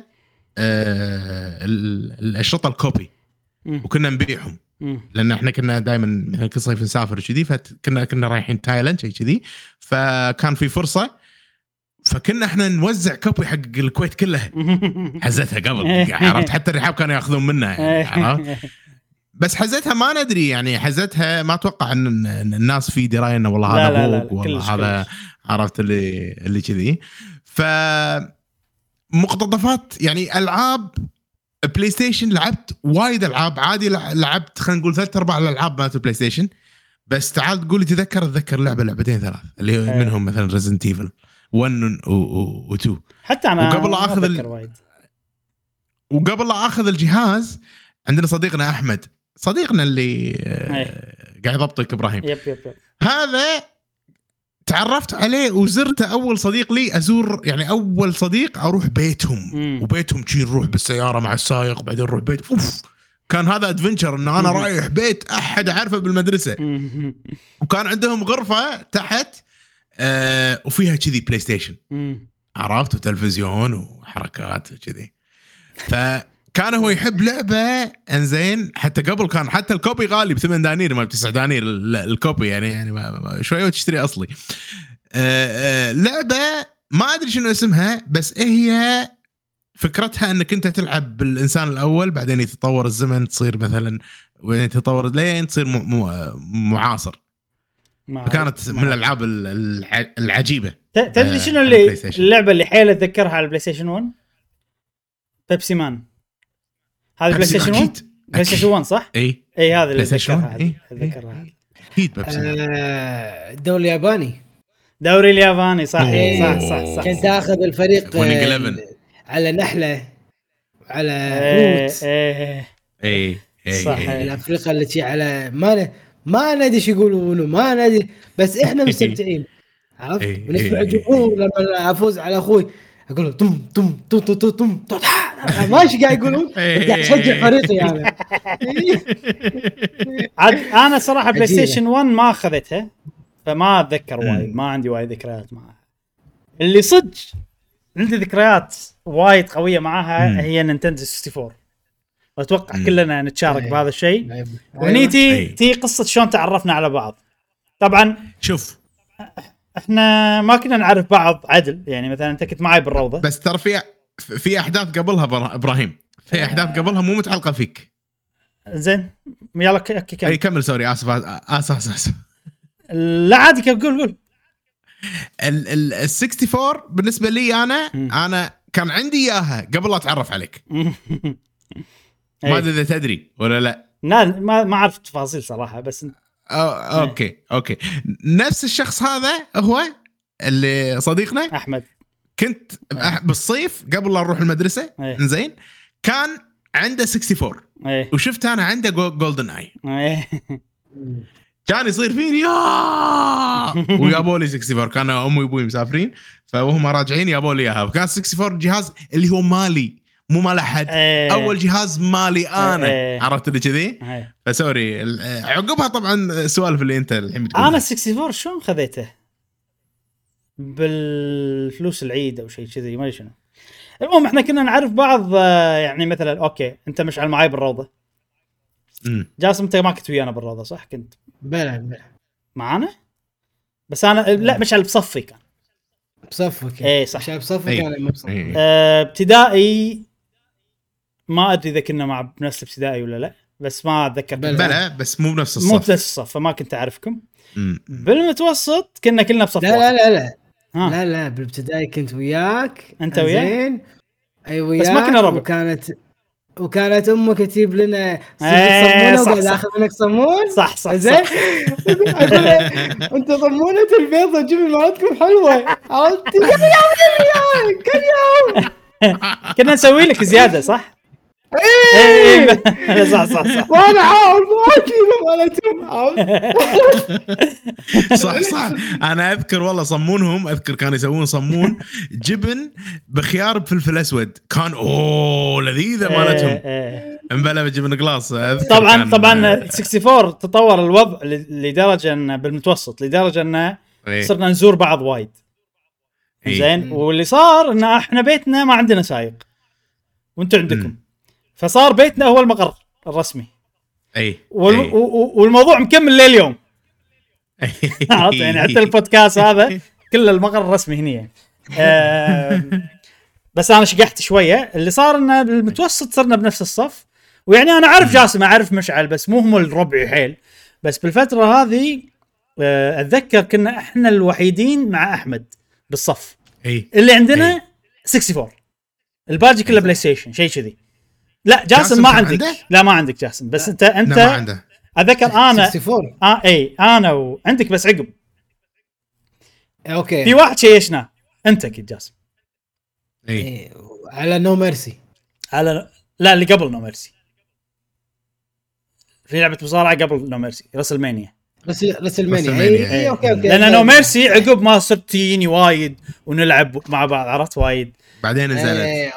Speaker 3: الأشرطة الكوبي وكنا نبيعهم لأن احنا كنا دائما كل صيف نسافر وكذي فكنا رايحين تايلاند شيء كذي. فكان في فرصة فكنا احنا نوزع كوبي حق الكويت كلها. حزتها قبل عرفت حتى الرحاب كانوا ياخذون منها بس حزتها ما ندري يعني حزتها ما اتوقع ان الناس في درايه انه والله هذا ابوك والله هذا عرفت اللي كذي. فمقتطفات يعني العاب بلاي ستيشن لعبت وايد العاب عادي لعبت خلينا نقول 3/4 الالعاب مالت البلاي ستيشن. بس تعال تقول لي اتذكر لعبتين ثلاث اللي منهم مثلا ريزنت ايفل 1 و2
Speaker 1: حتى انا
Speaker 3: وقبل لا اخذ الجهاز عندنا صديقنا احمد صديقنا اللي قاعد يضبطك ابراهيم.
Speaker 1: يب.
Speaker 3: هذا تعرفت عليه وزرته اول صديق لي ازور يعني اول صديق اروح بيتهم وبيتهم شي نروح بالسياره مع السائق بعدين نروح بيت كان هذا ادفنتشر ان انا رايح بيت احد اعرفه بالمدرسه وكان عندهم غرفه تحت وفيها كذي بلاي ستيشن عرفت وتلفزيون وحركات وكذي. كان هو يحب لعبة انزين حتى قبل كان حتى الكوبي غالي ب8 دنانير ما ب9 دنانير الكوبي يعني شوية وتشتري أصلي. لعبة ما أدري شنو اسمها بس هي فكرتها أنك أنت تلعب بالإنسان الأول بعدين يتطور الزمن تصير مثلا وين تتطور لين تصير معاصر. كانت من الألعاب العجيبة.
Speaker 1: تدري شنو اللعبة اللي حيل أتذكرها على البلاي ستيشن 1 بيبسي مان. هذا بلاي ستيشن 1 بلاي ستيشن 1 صح؟ اي هذا اللي اتذكرها
Speaker 3: اكيد بيبسي
Speaker 1: الدوري الياباني صح.
Speaker 2: كنت اخذ الفريق على نحله على روت
Speaker 3: صح
Speaker 2: الافريقيا اللي على ما ندري شو يقولون ما ندري بس احنا مستمتعين عرفت ونسمع الجمهور لما افوز على اخوي اقول له طم ماشي قاعد يقولون قاعد اشجع فريقي يعني.
Speaker 1: عاد انا صراحه بلاي ستيشن 1 ما اخذتها فما اتذكر وايد ما عندي وايد ذكريات معها. اللي صدق عندي ذكريات وايد قويه معها هي نينتندو 64 واتوقع كلنا نتشارك بهذا الشيء. ونيتي قصه شلون تعرفنا على بعض. طبعا
Speaker 3: شوف
Speaker 1: احنا ما كنا نعرف بعض عدل يعني مثلا انت كنت معي بالروضه
Speaker 3: بس ترى في احداث قبلها ابراهيم في احداث قبلها مو متعلقه فيك
Speaker 1: زين يلا
Speaker 3: كمل سوري اسف
Speaker 1: لا عادي قول
Speaker 3: ال 64 بالنسبه لي انا كان عندي اياها قبل لا اتعرف عليك. ما ادري اذا تدري ولا لا
Speaker 1: ما اعرف تفاصيل صراحه بس
Speaker 3: اوكي نفس الشخص هذا هو اللي صديقنا
Speaker 1: احمد.
Speaker 3: كنت بالصيف قبل لا نروح المدرسه زين كان عنده 64 وشفت انا عنده جولدن اي كان يصير فيني ويابوا لي 64 كانوا امي وابوي مسافرين فوهم راجعين يابوا لي اياها. وكان 64 جهاز اللي هو مالي مو مال احد. اول جهاز مالي انا. عرفت اللي كذي. فسوري عقبها طبعا السوالف اللي انت الحين بتقولها.
Speaker 1: انا 64 شلون خذيته؟ بالفلوس العيد او شيء كذي ما ادري شنو. المهم احنا كنا نعرف بعض، يعني مثلا اوكي انت مشعل معاي بالروضه. جاسم انت ما كنت ويانا بالروضه صح؟ كنت
Speaker 2: بلا
Speaker 1: معانا بس انا لا مشعل بصفي كان
Speaker 2: بصفك.
Speaker 1: اي صح
Speaker 2: مشعل بصفك انا ما بصفك.
Speaker 1: ابتدائي ما ادري اذا كنا مع بنفس ابتدائي ولا لا، بس ما اتذكر.
Speaker 3: بلا بس مو بنفس الصف.
Speaker 1: مو بنفس الصف فما كنت اعرفكم. بالمتوسط كنا كلنا بصف
Speaker 2: لا لا لا لا لا لا بالابتدائي كنت وياك
Speaker 1: انت وياك
Speaker 2: زين. اي وياك
Speaker 1: بس ما كنا ربع.
Speaker 2: وكانت امك تجيب لنا صمونه وقاعد اخذ منك صمون.
Speaker 1: صح
Speaker 2: زين. انت صمونه البيضه جيب مالتكم حلوه. عرفت كل يوم
Speaker 1: كنا نسوي لك زياده صح. ايه صح
Speaker 2: وانا عارف مالتهم.
Speaker 3: صح انا اذكر والله صمونهم. اذكر كانوا يسوون صمون جبن بخيار بفلفل اسود كان لذيذه مالتهم. مبلا بجبن قلاص.
Speaker 1: طبعا 64 تطور الوضع لدرجه ان بالمتوسط لدرجه ان صرنا نزور بعض وايد. زين واللي صار ان احنا بيتنا ما عندنا سايق وانتم عندكم. فصار بيتنا هو المقر الرسمي. والموضوع مكمل لليوم. يعني حتى البودكاست هذا كل المقر الرسمي هنا يعني. بس انا شقحت شويه. اللي صار انه بالمتوسط صرنا بنفس الصف. ويعني انا اعرف جاسم اعرف مشعل بس مو هم الربع حيل. بس بالفتره هذه اتذكر كنا احنا الوحيدين مع احمد بالصف اللي عندنا 64. الباقي كله بلاي ستيشن شيء كذي. لا جاسم ما عندك. لا ما عندك جاسم بس انت
Speaker 3: ما عنده.
Speaker 1: اذكر انا
Speaker 2: 64
Speaker 1: اي انا وعندك بس عقب.
Speaker 2: اوكي
Speaker 1: في واحد شيشنا انت اكيد جاسم.
Speaker 2: على نو ميرسي.
Speaker 1: على لا اللي قبل نو ميرسي. في لعبه مصارعه قبل نو ميرسي رسلمانيا.
Speaker 2: رسلمانيا اوكي
Speaker 1: لان نو ميرسي عقب ما صرت تجيني وايد ونلعب مع بعض. عرفت وايد
Speaker 3: بعدين نزلت.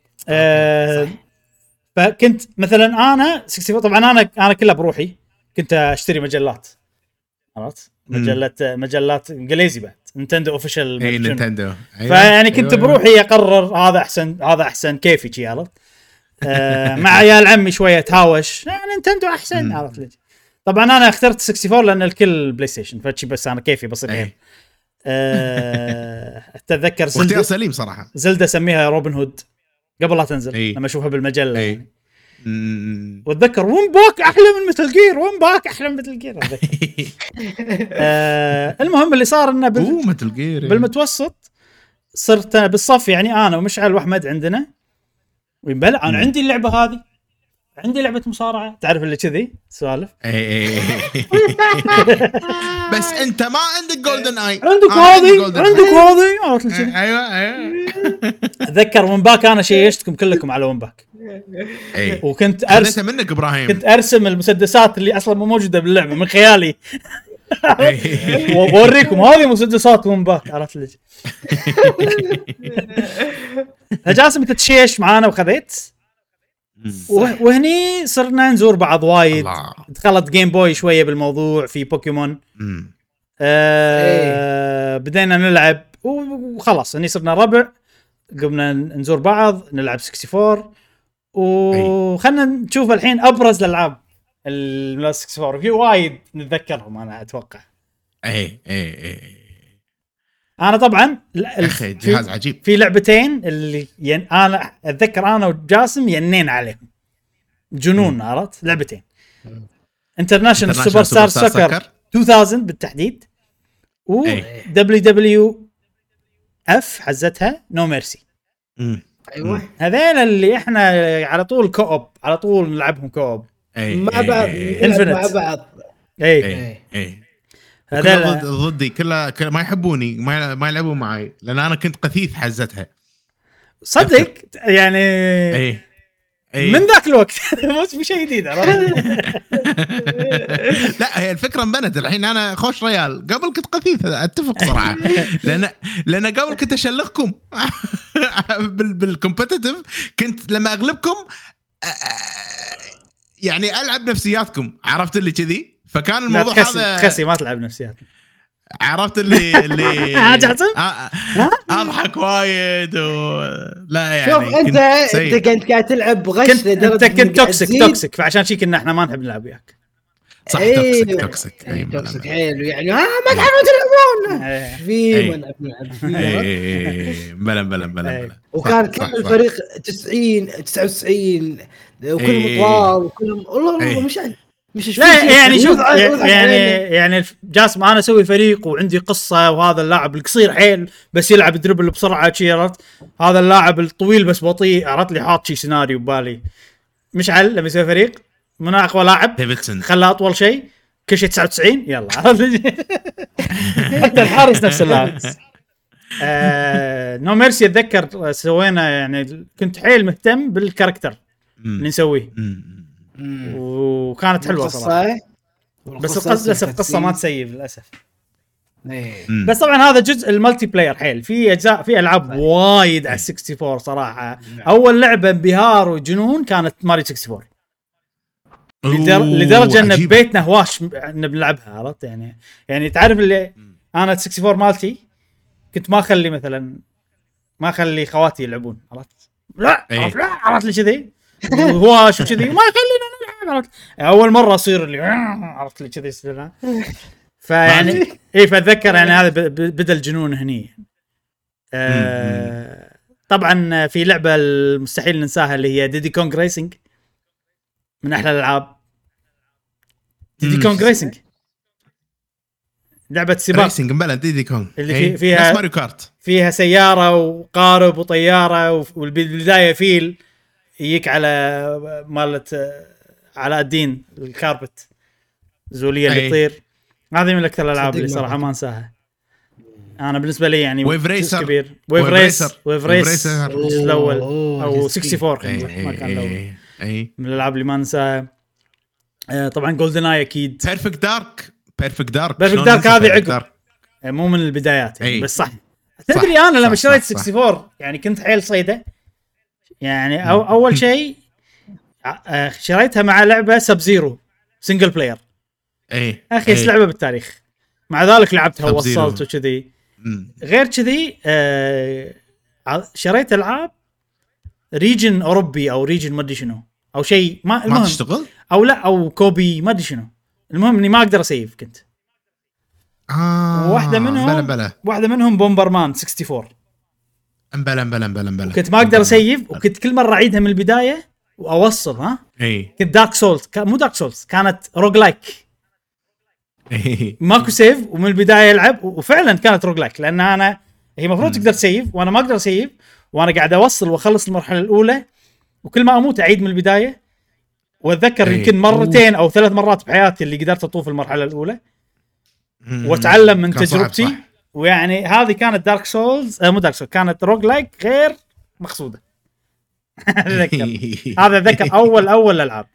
Speaker 1: فكنت مثلا انا 64 طبعا انا كلها بروحي. كنت اشتري مجلات. عرفت مجلات انجليزي بعد نينتندو اوفيشال.
Speaker 3: نينتندو.
Speaker 1: فيعني كنت بروحي اقرر هذا احسن كيفي شي. عرفت مع عيال عمي شويه تهاوش نينتندو احسن. عرفت ليش؟ طبعا انا اخترت 64 لان الكل بلاي ستيشن فشي بس انا كيفي بسيط. اتذكر
Speaker 3: اختيار سليم صراحه.
Speaker 1: زلدة سميها روبن هود قبل لا تنزل. لما اشوفها بالمجله يعني. واتذكر ومباك احلى من مثل جير. ومباك احلى من مثل جير. المهم اللي صار انه
Speaker 3: مثل جير
Speaker 1: بالمتوسط صرت بالصف. يعني انا ومشعل واحمد عندنا ويبلع. انا عندي اللعبه هذه. عندي لعبه مصارعه تعرف اللي كذي سوالف.
Speaker 3: بس انت ما عندك جولدن اي.
Speaker 1: عندك هذه.
Speaker 3: ايوه
Speaker 1: اتذكر ومباك انا شيشتكم كلكم على ومباك. وكنت
Speaker 3: ارسم منك ابراهيم.
Speaker 1: كنت ارسم المسدسات اللي اصلا مو موجوده باللعبه من خيالي. واوريكم هذه مسدسات ومباك. عرفت ليش؟ جاسم انت تشيش معانا وخذيت. وهني صرنا نزور بعض وايد. دخلت جيم بوي شويه بالموضوع في بوكيمون. بدينا نلعب وخلاص هني صرنا ربع. قمنا نزور بعض نلعب 64 وخلنا نشوف الحين ابرز الالعاب ال 64 في وايد نتذكرهم انا اتوقع. انا طبعا
Speaker 3: جهاز عجيب.
Speaker 1: في لعبتين اللي انا اتذكر انا وجاسم ينين عليهم جنون. عرفت لعبتين انترناشونال سوبر ستار سكر 2000 بالتحديد و دبليو اف حزتها نو ميرسي.
Speaker 2: ايوه
Speaker 1: هذول اللي احنا على طول كوب على طول نلعبهم كوب
Speaker 2: مع بعض مع بعض.
Speaker 3: هذا ضدي كلها ما يحبوني ما يلعبون معي لان انا كنت قثيث حزتها
Speaker 1: صدق يعني. من ذاك الوقت مو شيء جديد.
Speaker 3: لا هي الفكره انبنت الحين. انا خوش ريال، قبل كنت قثيث اتفق صراحه. لان قبل كنت اشلخكم بالكومبتيتيف. كنت لما اغلبكم يعني العب نفسياتكم، عرفت اللي كذي. فكان الموضوع هذا
Speaker 1: خسي ما تلعب نفسيات،
Speaker 3: عرفت اللي اضحك وايد لا يعني.
Speaker 2: شوف انت كنت قاعد تلعب غش
Speaker 1: انت كنت توكسيك فعشان شي كنا احنا ما نحب نلعب وياك.
Speaker 3: صح توكسيك
Speaker 2: حلو يعني. ما تعرفون تلعبون في ما
Speaker 3: نلعب. بلا
Speaker 2: وكان كل الفريق 99 وكل مطوار وكلهم والله مش
Speaker 1: لا يعني شوف يعني جاسم انا اسوي فريق وعندي قصه، وهذا اللاعب القصير حيل بس يلعب دربل بسرعه شيرت، هذا اللاعب الطويل بس بطيء، عرفت لي حاط شي سيناريو ببالي. مشعل لما يسوي فريق من اقوى لاعب خلاه اطول شيء كل شيء 99 يلا حتى الحارس نفس اللاعب. نو ميرسي اتذكر سوينا يعني كنت حيل مهتم بالكاركتر اللي نسويه وكانت حلوه صراحه. بس القصه للاسف قصه ما تسيب للاسف. بس طبعا هذا جزء الملتي بلاير حيل في اجزاء في العاب وايد على 64 صراحه. اول لعبه انبهار وجنون كانت ماريو 64 لدرجه ان ببيتنا هواش بنلعبها، عرفت يعني تعرف اللي انا 64 مالتي كنت ما اخلي مثلا ما اخلي خواتي يلعبون، عرفت لا عرفت لي كذي هواش وكذي ما يخلينا نلعب، عرفت اول مره اصير اللي عرفت لي كذي سنه. فيعني فاتذكر يعني هذا بدا الجنون هني. طبعا في لعبه المستحيل ننساها اللي هي ديدي كونغ ريسنج، من احلى الالعاب. ديدي كونغ ريسنج لعبه سباق
Speaker 3: ريسنج بلد ديدي كونغ
Speaker 1: اللي فيها
Speaker 3: ماريو كارت،
Speaker 1: فيها سياره وقارب وطياره، والبدايه فيل يجيك على مالت على الدين الكاربت زوليه اللي تطير. هذه من اكثر الالعاب اللي صراحه ما انساها انا بالنسبه لي يعني.
Speaker 3: ويف ريسر
Speaker 1: كبير ويف ريسر الجزء الاول او 64 ما كان الاول من الالعاب اللي ما انساها. طبعا جولدن اي اكيد.
Speaker 3: بيرفكت دارك
Speaker 1: هذه عقب مو من البدايات يعني. بس صح تدري انا لما شريت 64 يعني كنت حيل صيده يعني. اول شيء شريتها مع لعبه سب زيرو سنجل بلاير اخي لعبه بالتاريخ. مع ذلك لعبتها ووصلت وكذي. غير كذي شريت العاب ريجن اوروبي او ريجن ما ادري شنو او شيء ما
Speaker 3: تشتغل
Speaker 1: او لا او كوبي ما ادري شنو. المهم اني ما اقدر اسيف كنت. واحده منهم بومبرمان 64
Speaker 3: بلا
Speaker 1: كنت ما اقدر اسيف وكنت كل مره اعيدها من البدايه واوصل. كنت دارك سولز مو دارك سولز كانت روج لايك ماكو سيف ومن البدايه يلعب. وفعلا كانت روج لايك لان انا هي مفروض تقدر تسيف وانا ما اقدر اسيف وانا قاعد اوصل واخلص المرحله الاولى وكل ما اموت اعيد من البدايه. واتذكر يمكن مرتين او 3 مرات بحياتي اللي قدرت اطوف المرحله الاولى واتعلم من تجربتي. ويعني هذه كانت دارك سولز مو دارك سولز كانت روج لايك غير مقصوده. هذا ذكر اول الالعاب.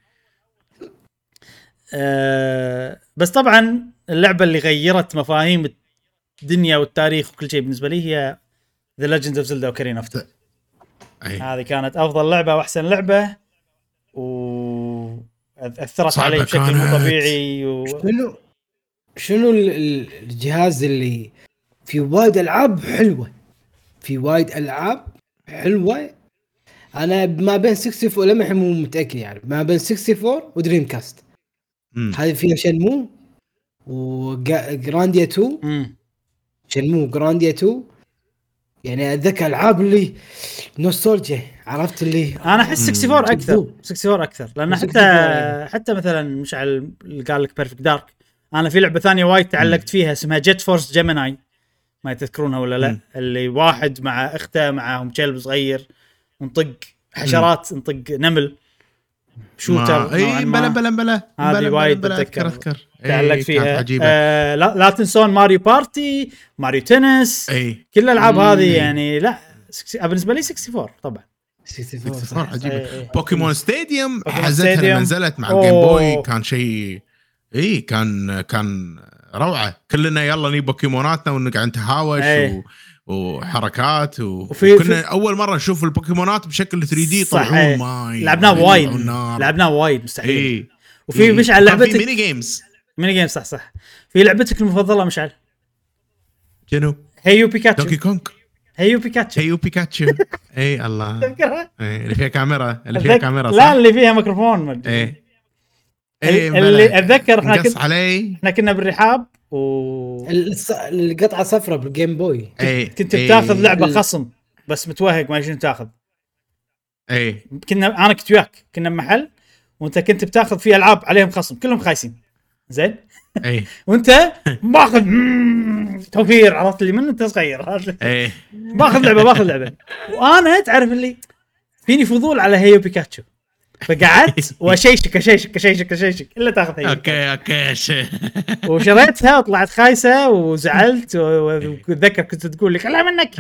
Speaker 1: بس طبعا اللعبه اللي غيرت مفاهيم الدنيا والتاريخ وكل شيء بالنسبه لي هي The Legend of Zelda Ocarina of Time. هذه كانت افضل لعبه واحسن لعبه واثرت علي بشكل مو طبيعي.
Speaker 2: شنو الجهاز اللي في وايد العاب حلوه انا ما بين 64 لما مو متاكد يعني ما بين 64 ودريم كاست. هذه فيها شنمو وجرانديا 2 شنمو جرانديا 2 يعني اتذكر العاب اللي نوستالجيا عرفت اللي
Speaker 1: انا احس 64 اكثر لان حتى مثلا مشعل اللي قال لك بيرفكت دارك انا في لعبه ثانيه وايد تعلقت فيها اسمها جيت فورس جيميناي ما تذكرونها ولا لا؟ اللي واحد مع اخته معهم كلب صغير نطق حشرات نطق نمل شوتر.
Speaker 3: اي بلا
Speaker 1: هذه وايد بتذكر تعلق فيها. لا تنسون ماريو بارتي ماريو تنس كل الالعاب هذه يعني. لا بالنسبه لي 64 طبعا
Speaker 3: 64 عجيبه.
Speaker 1: إيه.
Speaker 3: بوكيمون ستاديوم
Speaker 1: بوكيمون
Speaker 3: حزتها
Speaker 1: ستاديوم.
Speaker 3: لما نزلت مع الجيم بوي
Speaker 1: أوه.
Speaker 3: كان شيء كان روعه. كلنا يلا نجيب بوكيموناتنا ونقعد نتهاوش
Speaker 1: إيه.
Speaker 3: وحركات
Speaker 1: وفي-
Speaker 3: وكنا اول مره نشوف البوكيمونات بشكل 3D
Speaker 1: صح،
Speaker 3: طلعون
Speaker 1: إيه.
Speaker 3: ماي
Speaker 1: لعبناه وايد،
Speaker 3: النار.
Speaker 1: لعبناه وايد مستحيل.
Speaker 3: اي
Speaker 1: وفي مشعل
Speaker 3: كان
Speaker 1: لعبتك
Speaker 3: في ميني جيمز.
Speaker 1: ميني جيم، صح. في لعبتك المفضله مشعل؟
Speaker 3: شنو؟
Speaker 1: هيو بيكاتشو.
Speaker 3: دونكي كونغ.
Speaker 1: هيو بيكاتشو.
Speaker 3: هيو بيكاتشو. اي الله.
Speaker 1: تذكرها؟
Speaker 3: إيه، اللي فيها كاميرا، اللي فيها كاميرا، صح؟
Speaker 1: لا، اللي فيها ميكروفون ما أدري.
Speaker 3: ايه
Speaker 1: اللي اتذكر احنا
Speaker 3: نقص علي.
Speaker 1: احنا كنا بالرحاب
Speaker 2: القطعه صفراء بالجيم بوي.
Speaker 1: كنت بتاخذ لعبه خصم بس متوهق ما شنو تاخذ.
Speaker 3: ايه
Speaker 1: انا كنت وياك، كنا بمحل وانت كنت بتاخذ فيه العاب عليهم خصم كلهم خايسين زين.
Speaker 3: ايه
Speaker 1: وانت باخذ توفير، عرفت اللي من انت صغير.
Speaker 3: ايه
Speaker 1: باخذ لعبه وانا تعرف اللي فيني فضول على هيو بيكاتشو، فقعدت واشيشك الا تاخذ هيو.
Speaker 3: اوكي
Speaker 1: وشريتها وطلعت خايسه وزعلت واتذكر كنت تقول لي كلها منك.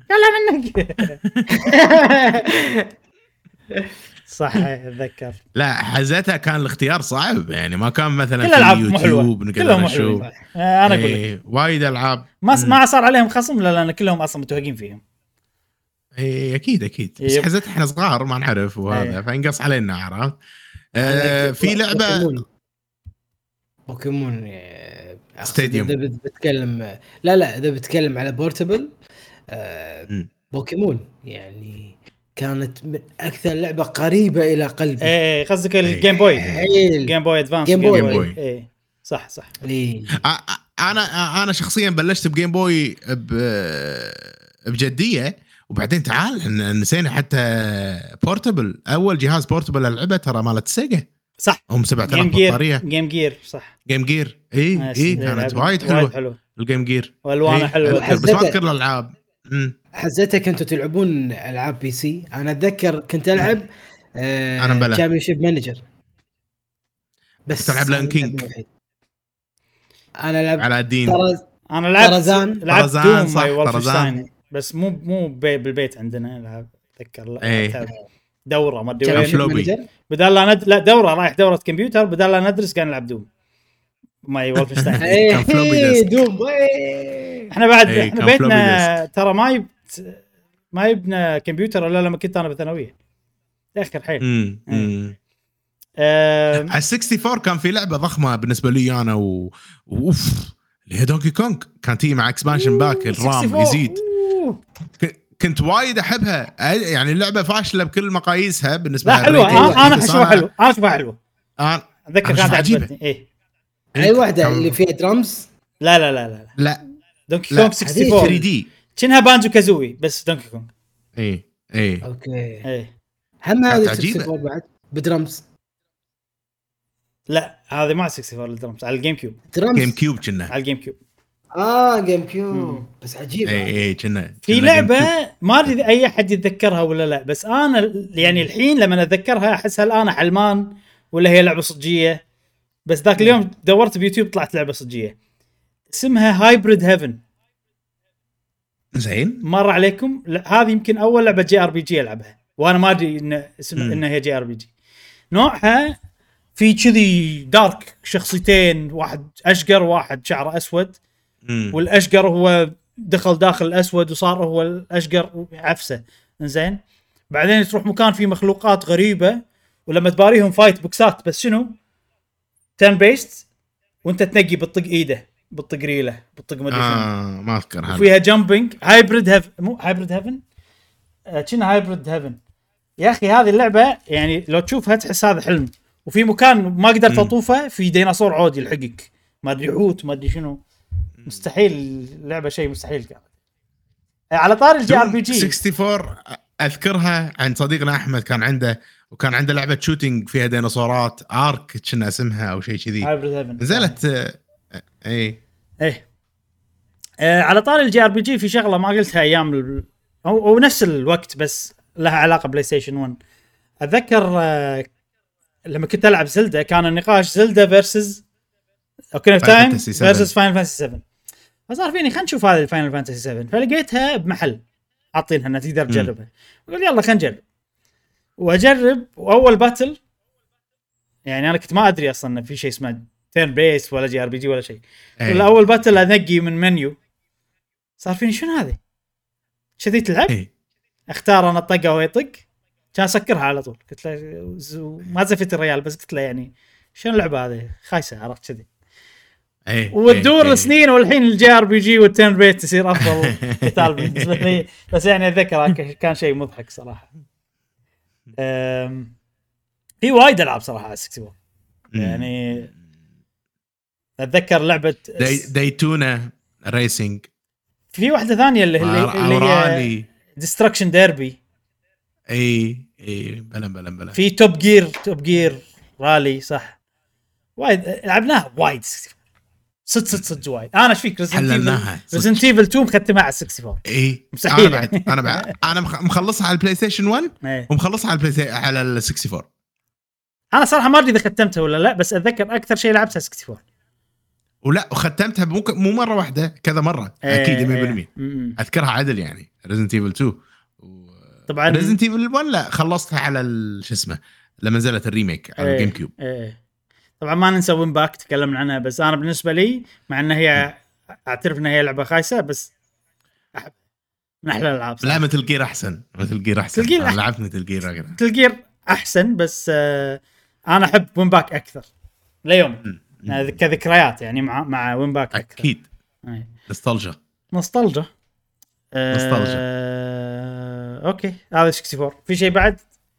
Speaker 1: صح اتذكر.
Speaker 3: لا حزتها كان الاختيار صعب يعني، ما كان مثلا
Speaker 1: كل العاب
Speaker 3: في
Speaker 1: مو حلوه،
Speaker 3: يوتيوب نقدر
Speaker 1: كلهم
Speaker 3: نشوف.
Speaker 1: حلوه. انا اقول لك
Speaker 3: وايد العاب
Speaker 1: ما صار عليهم خصم، لان كلهم اصلا متوهقين فيهم.
Speaker 3: ايه اكيد بس حزتها احنا صغار ما نعرف وهذا فينقص علينا، عرفت. في لعبه
Speaker 2: بوكيمون
Speaker 3: ستاديوم.
Speaker 2: اذا بتتكلم لا اذا بتتكلم على بورتبل بوكيمون يعني كانت من اكثر لعبه قريبه الى قلبي.
Speaker 1: ايه قصدك الجيم بوي، الجيم بوي ادفانس.
Speaker 2: جيم بوي.
Speaker 1: ايه صح
Speaker 2: إيه.
Speaker 3: انا شخصيا بلشت بجيم بوي بجديه، وبعدين تعال نسينا حتى بورتبل. اول جهاز بورتبل العبه ترى مالت سيجا،
Speaker 1: صح.
Speaker 3: هم 7000 بطاريه.
Speaker 1: جيم جير صح.
Speaker 3: جيم جير اي كانت وايد حلوه الجيم جير،
Speaker 1: والوانها حلوه
Speaker 3: بس ما اذكر الالعاب.
Speaker 2: حزتها كنتوا تلعبون العاب بي سي. انا اتذكر كنت العب تشامبيونشيب مانجر، بس
Speaker 3: تلعب لان كينج.
Speaker 2: انا لعبت
Speaker 3: على الدين.
Speaker 1: انا لعبت دوم
Speaker 3: ماي
Speaker 1: وولفنشتاين، بس مو بالبيت عندنا. اتذكر دوره ما ادري وين، بدال لا دوره رايح دوره كمبيوتر، بدال لا ندرس كان نلعب دوم ماي وولفنشتاين.
Speaker 3: كان فلوبي
Speaker 2: دوم.
Speaker 1: احنا بعد احنا بيتنا ترى ما يبنى كمبيوتر الا لما كنت انا بالثانويه اخر حيل.
Speaker 3: على 64 كان في لعبه ضخمه بالنسبه لي انا اوف اللي هي دونكي كونغ، كانت تيجي مع اكسبانشن باك الرام يزيد. كنت وايد احبها يعني. اللعبه فاشله بكل مقاييسها بالنسبه
Speaker 1: لا حلوه. انا اشوفها حلوه. اتذكر كانت عجيبه.
Speaker 2: اي واحده اللي فيها درامز.
Speaker 1: لا دونكي كونغ 64
Speaker 3: 3 دي
Speaker 1: كأنها بانجو كازوي بس دونكي كونغ.
Speaker 3: اي
Speaker 2: اوكي هم هذه 64 بعد بدرامز.
Speaker 1: لا هذه مع 64 الدرامز على الجيم كيوب.
Speaker 3: جيم كيوب كنا
Speaker 1: على الجيم كيوب.
Speaker 2: جيم كيوب بس عجيبه.
Speaker 3: اي كنا
Speaker 1: في لعبه ما ادري اي احد يتذكرها ولا لا، بس انا يعني الحين لما اتذكرها احسها الان حلمان ولا هي لعبه صجيه، بس ذاك اليوم دورت بيوتيوب طلعت لعبه صجيه اسمها هايبريد هيفن.
Speaker 3: زين
Speaker 1: مر عليكم؟ لا هذه يمكن اول لعبه جي ار بي جي العبها، وانا ما ادري ان اسمها انها هي جي ار بي جي. نوعها في كذي دارك، شخصيتين، واحد اشقر واحد شعره اسود، والاشقر هو دخل داخل الاسود وصار هو الاشقر عفسه. زين بعدين تروح مكان فيه مخلوقات غريبه، ولما تباريهم فايت بوكسات بس شنو تيرن بيست، وانت تنقي بالطق ايده بالطق ريله بالطق ما ادري
Speaker 3: ما اذكر هذا.
Speaker 1: فيها جامبينج. هايبريد مو هايبريد هيفن كنا هايبريد هيفن يا اخي. هذه اللعبه يعني لو تشوفها تحس هذا حلم، وفي مكان ما قدرت اطوفه في ديناصور عود يلحقك ما ادري حوت ما ادري شنو. مستحيل اللعبه شيء مستحيل كانت. على طار الجي ار بي جي
Speaker 3: 64 اذكرها عن صديقنا احمد، كان عنده لعبه شوتينج فيها ديناصورات ارك كنا اسمها او شيء كذي نزلت.
Speaker 1: على طار الجي ار بي جي في شغله ما قلتها ايام او نفس الوقت بس لها علاقه بلاي ستيشن 1. اتذكر لما كنت العب زلدة كان النقاش زلدة فيرسز اوكي تايم فيرسز فاينل فانتسي 7. فصار فيني خلينا نشوف هذه الفاينل فانتسي 7، فلقيتها بمحل حاطينها انها تقدر تجربها، وقال يلا خلينا نجرب. واجرب. واول باتل يعني انا كنت ما ادري اصلا في شيء اسمه تيرن بيس ولا جي ار بي جي ولا شيء. ولا اول باتل انقي من منيو صار فيني شنو هذا شذي تلعب اختار انا طقه ويطق كان اسكرها على طول. قلت له ما زفت الريال بس قلت له يعني شنو اللعبه هذه خايسه عرفت كذي. وتدور سنين والحين الجي ار بي جي والتيرن بيس تصير افضل قتال بالنسبه لي. بس يعني اتذكر كان شيء مضحك صراحه. في وايد العاب صراحه على 64 يعني اتذكر لعبه
Speaker 3: دايتونا ريسنج.
Speaker 1: في واحده ثانيه اللي هي ديستركشن ديربي.
Speaker 3: اي بلا
Speaker 1: في توب جير رالي صح. وايد لعبناها وايد صد وايد. انا ايش فيك ريزنت ايفل 2 مختمها على 64.
Speaker 3: اي
Speaker 1: مستحيل.
Speaker 3: انا مخلصها على البلاي ستيشن 1 ومخلصها على ال 64.
Speaker 1: انا صراحه ما ادري اذا ختمتها ولا لا بس اتذكر اكثر شيء لعبتها 64
Speaker 3: ولا وختمتها مو مره واحده كذا مره. اكيد 100% اذكرها عدل يعني ريزنت ايفل 2
Speaker 1: طبعا.
Speaker 3: ريزنت ايفل 1 لا خلصتها على شو اسمه لما نزلت الريميك على الجيم كيوب.
Speaker 1: طبعا ما ننسى وين باك تكلمنا عنها. بس انا بالنسبه لي مع ان هي اعترف ان هي لعبه خايسه بس احب من احلى الالعاب.
Speaker 3: لا مثل جير احسن. انا لعبت مثل جير
Speaker 1: احسن بس انا احب وين باك اكثر ليوم كذكريات يعني مع وين باك اكثر.
Speaker 3: اكيد نوستالجيا
Speaker 1: اوكي هذا 64. في شيء بعد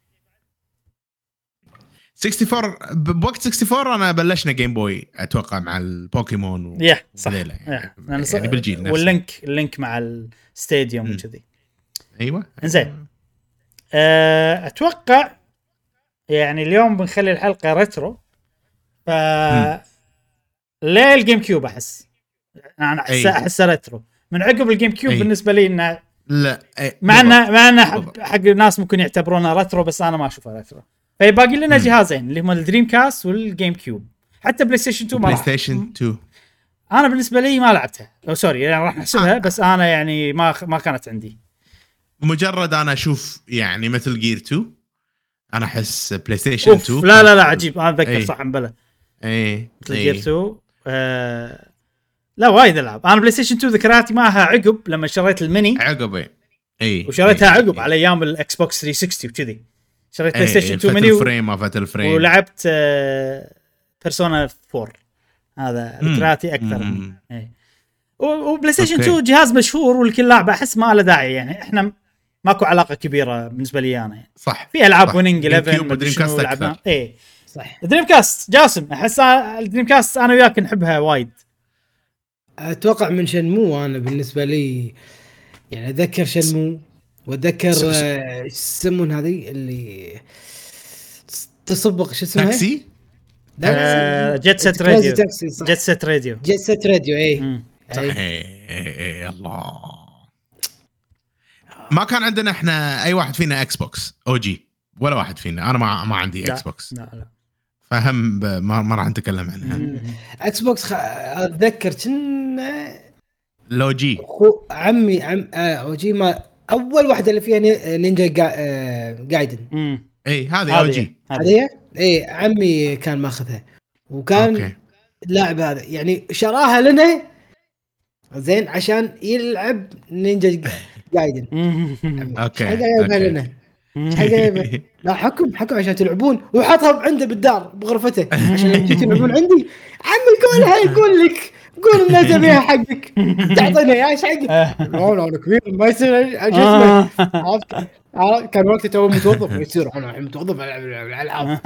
Speaker 3: 64 بوقت 64 انا بلشنا جيم بوي اتوقع مع البوكيمون
Speaker 1: صح
Speaker 3: يعني بالجيل
Speaker 1: نفسه واللينك مع الستاديوم وكذي.
Speaker 3: ايوه
Speaker 1: انزين اتوقع يعني اليوم بنخلي الحلقه ريترو. ف ليه الجيم كيوب احس انا احس ريترو من عقب الجيم كيوب. بالنسبه لي انه
Speaker 3: لا
Speaker 1: مع انه حق الناس ممكن يعتبرونه ريترو بس انا ما اشوفه ريترو. فباقي لنا جهازين اللي هم الدريم كاست والجيم كيوب. حتى بلاي ستيشن 2
Speaker 3: بلاي ستيشن 2
Speaker 1: انا بالنسبه لي ما لعبتها او سوري يعني راح نحسبها بس انا يعني ما كانت عندي.
Speaker 3: مجرد انا اشوف يعني مثل جير 2 انا احس بلاي ستيشن 2
Speaker 1: لا عجيب. انا اتذكر صح مبلى مثل جير 2 لا وايد العاب. انا بلاي ستيشن 2 ذكرياتي معها عقب لما شريت الميني
Speaker 3: عقب
Speaker 1: وشريتها عقب على ايام الاكس بوكس 360 وكذي. شريت بلاي ستيشن 2 ميني ولعبت بيرسونا 4. هذا ذكرياتي اكثر. وبلاي ستيشن 2 جهاز مشهور والكل لاعبه احس ما له داعي يعني احنا ماكو علاقه كبيره بالنسبه لي انا يعني.
Speaker 3: صح
Speaker 1: في العاب ويننج 11
Speaker 3: ودريم كاست لعبنا
Speaker 1: صح. دريم كاست جاسم احس الدريم كاست انا وياك نحبها وايد.
Speaker 2: اتوقع من شنمو انا بالنسبه لي يعني اتذكر شنمو واتذكر ايش يسمون هذه اللي تصبق شو اسمها
Speaker 3: تاكسي
Speaker 1: جيت سيت راديو
Speaker 3: اي الله. ما كان عندنا احنا اي واحد فينا اكس بوكس او جي ولا واحد فينا. انا ما عندي اكس بوكس.
Speaker 1: لا
Speaker 3: فهم ما راح نتكلم عنها.
Speaker 2: اكس بوكس اتذكر كنا
Speaker 3: لو جي
Speaker 2: عمي او جي ما اول واحده اللي فيها نينجا جايدن.
Speaker 3: اي هذه او جي
Speaker 2: هذه اي عمي كان ماخذها وكان لاعب هذا يعني شراها لنا زين عشان يلعب نينجا جايدن.
Speaker 3: اوكي
Speaker 2: حاجه لنا حاجه لا حكم عشان تلعبون وحطها عنده بالدار بغرفته عشان لما تلعبون عندي عمي كلها يقول لك قول الناس بيها حقك تعطينا اياه ايش حقك. لا كبير ما يصير اسمه كان وقت تو متوظف يصير انا متوظف على الالعاب.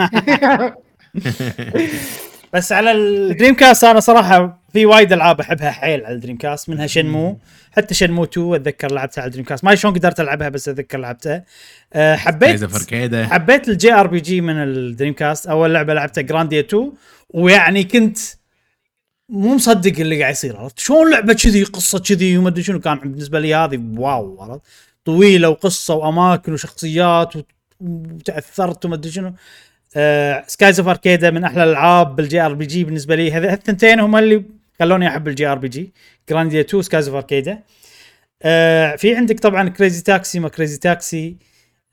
Speaker 1: بس على الدريم كاست انا صراحه في وايد العاب احبها حيل على الدريم كاست منها شنمو. حتى شنمو 2 اتذكر لعبتها على الدريم كاست ما شلون قدرت العبها بس اتذكر لعبتها. حبيت الجي ار بي جي من الدريم كاست. اول لعبه لعبتها جرانديا 2 ويعني كنت مو مصدق اللي قاعد يصير. عرفت شلون لعبه كذي قصه كذي وما ادري شنو. كان بالنسبه لي هذه واو عرفت طويله وقصه واماكن وشخصيات وتاثرت وما ادري شنو. سكايز اوف اركيدا من احلى الالعاب بالجي ار بي جي بالنسبه لي. هذه الثنتين هم اللي خلوني احب الجي ار بي جي. جرانديا 2 سكايز اوف اركيدا. في عندك طبعا كريزي تاكسي ما كريزي تاكسي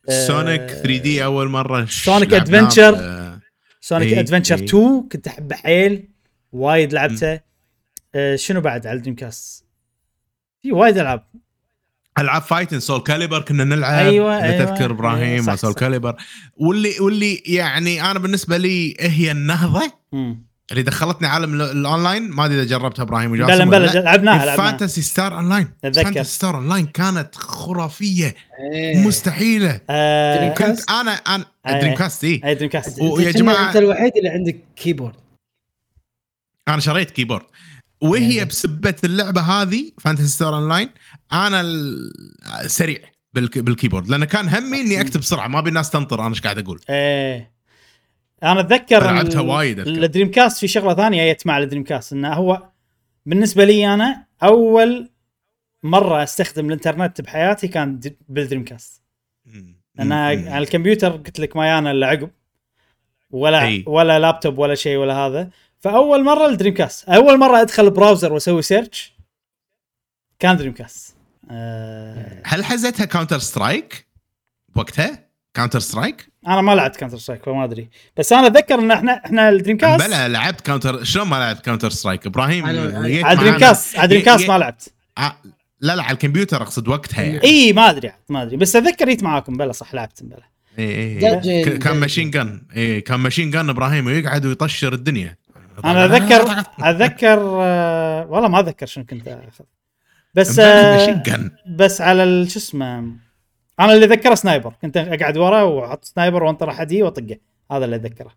Speaker 3: سونيك 3 دي اول مره
Speaker 1: سونيك
Speaker 3: لعبناه
Speaker 1: ادفنتشر سونيك
Speaker 3: إيه،
Speaker 1: ادفنتشر
Speaker 3: إيه.
Speaker 1: 2 كنت احبه حيل وايد لعبته. شنو بعد على دريم كاست في وايد
Speaker 3: العاب فايتن سول كاليبر كنا نلعب.
Speaker 1: أيوة،
Speaker 3: اذا
Speaker 1: أيوة،
Speaker 3: تذكر ابراهيم
Speaker 1: أيوة، صح،
Speaker 3: مع سول
Speaker 1: صح.
Speaker 3: كاليبر واللي يعني انا بالنسبه لي هي النهضه
Speaker 1: مم.
Speaker 3: اللي دخلتني عالم الاونلاين. ما ادري اذا جربتها ابراهيم وجاسم
Speaker 1: بلا
Speaker 3: ولا لا.
Speaker 1: لعبناها
Speaker 3: فانتسي ستار اونلاين.
Speaker 1: أتذكر.
Speaker 3: فانتسي ستار اونلاين كانت خرافيه
Speaker 2: إيه.
Speaker 3: مستحيله. كنت انا دريم كاست
Speaker 1: اي دريم كاست.
Speaker 3: ويا جماعه
Speaker 2: انت الوحيد اللي عندك كيبورد.
Speaker 3: انا شريت كيبورد وهي بسبه اللعبه هذه فانتسي ستار اونلاين. انا سريع بالكيبورد لان كان همي اني اكتب بسرعه ما بالناس تنطر انا ايش قاعد اقول.
Speaker 1: انا اتذكر
Speaker 3: لعبتها وايد.
Speaker 1: الدريم كاست في شغله ثانيه جت مع الدريم كاست انه هو بالنسبه لي انا اول مره استخدم الانترنت بحياتي كان بالدريم كاست. انا على الكمبيوتر قلت لك ما انا الا عقب ولا لابتوب ولا شيء ولا هذا. فاول مره الدريم كاست اول مره ادخل براوزر واسوي سيرش كان دريم كاست.
Speaker 3: هل حزتها كاونتر سترايك وقتها؟ كاونتر سترايك
Speaker 1: انا ما لعبت كاونتر سترايك فما ادري بس انا اتذكر ان احنا الدريم كاست
Speaker 3: بلا لعبت كاونتر. شلون ما لعبت كاونتر سترايك ابراهيم؟
Speaker 1: على دريم كاست ما لعبت.
Speaker 3: لا على الكمبيوتر اقصد وقتها يعني.
Speaker 1: اي ما ادري بس اتذكر جيت معاكم بلا صح لعبت بلا.
Speaker 3: كان ماشين جن. كان ماشين جن ابراهيم ويقعد ويطشر الدنيا.
Speaker 1: انا اتذكر والله ما اتذكر شنو كنت اخذ بس على شو اسمه. انا اللي اتذكره سنايبر كنت اقعد ورا واحط سنايبر وانطر احدي واطقه. هذا اللي اتذكره.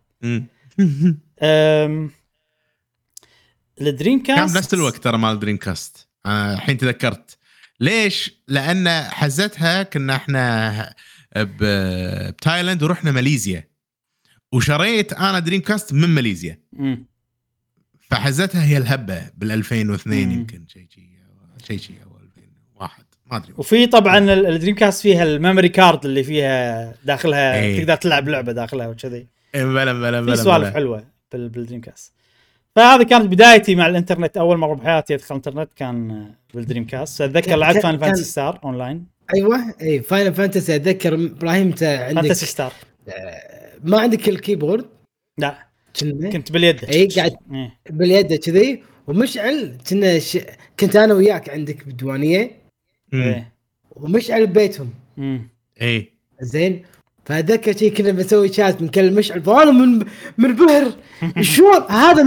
Speaker 1: الدريم كاست
Speaker 3: كان بنفس الوقت ترى مال دريم كاست. الحين تذكرت ليش. لان حزتها كنا احنا بتايلاند ورحنا ماليزيا وشريت انا دريم كاست من ماليزيا. فحزتها هي الهبه بال2002 يمكن شيء او 2001 ما ادري.
Speaker 1: وفي طبعا الدريم كاست فيها الميموري كارد اللي فيها داخلها تقدر تلعب لعبه داخلها وكذي.
Speaker 3: بلا
Speaker 1: في سوالف حلوه بالدريم كاست. فهذه كانت بدايتي مع الانترنت. اول مره بحياتي ادخل الانترنت كان بالدريم كاست. اتذكر لعبت فاينل فانتسي ستار اونلاين.
Speaker 2: ايوه اي فاينل فانتسي. اتذكر ابراهيم انت عندك
Speaker 1: فانتسي ستار
Speaker 2: ما عندك الكيبورد؟
Speaker 1: لا كنت باليد.
Speaker 2: اي قاعد باليد كذي ومشعل كنت انا وياك عندك بالديوانيه ومشعل ببيتهم.
Speaker 3: اي
Speaker 2: زين. فاتذكر شيء كنا بنسوي شات بنكلم مشعل فانا من بهر شلون هذا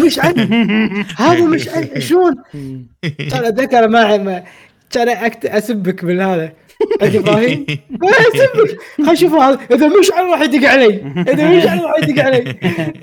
Speaker 2: مشعل شلون. كان اتذكر ما كان اسبك بالهذا عند ابراهيم اسبك. خل شوف هذا اذا مشعل راح يدق علي.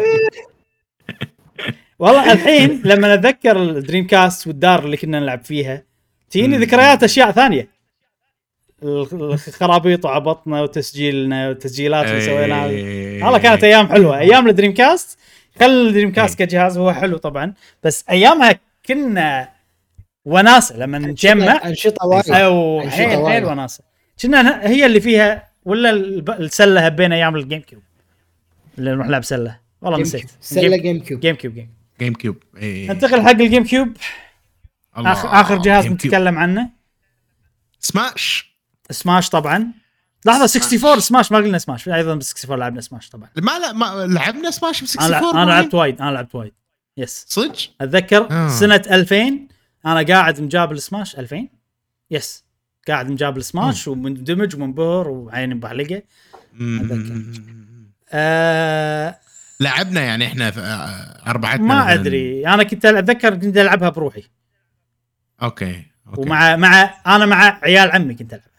Speaker 1: والله الحين لما اتذكر الدريم كاست والدار اللي كنا نلعب فيها تجيني ذكريات اشياء ثانيه. الخرابيط وعبطنا وتسجيلنا والتسجيلات اللي سويناها والله كانت ايام حلوه. ايام الدريم كاست خل الدريم كاست كجهاز هو حلو طبعا بس ايامها كنا وناسه لما نجمع
Speaker 2: انشطه وايد
Speaker 1: او حيل وناسه. كنا هي اللي فيها ولا السله هبينا ايام الجيم كيوب اللي نروح نلعب سله. والله نسيت
Speaker 2: سله
Speaker 1: جيم كيوب.
Speaker 3: انتقل
Speaker 1: حق الجيم كيوب. اخر جهاز نتكلم عنه سماش طبعا. لحظه 64 سماش ما قلنا سماش ايضا بس 64 لعبنا سماش طبعا.
Speaker 3: ما لعبنا سماش ب 64.
Speaker 1: انا لعبت وايد يس
Speaker 3: صدق.
Speaker 1: اتذكر سنه 2000 انا قاعد مجابل سماش 2000 يس قاعد مجابل سماش ومندمج ومنبهر وعيني بحلقه.
Speaker 3: لعبنا يعني احنا اربعتنا
Speaker 1: ما ادري. انا كنت اتذكر كنت العبها بروحي.
Speaker 3: اوكي.
Speaker 1: مع عيال عمي كنت العب.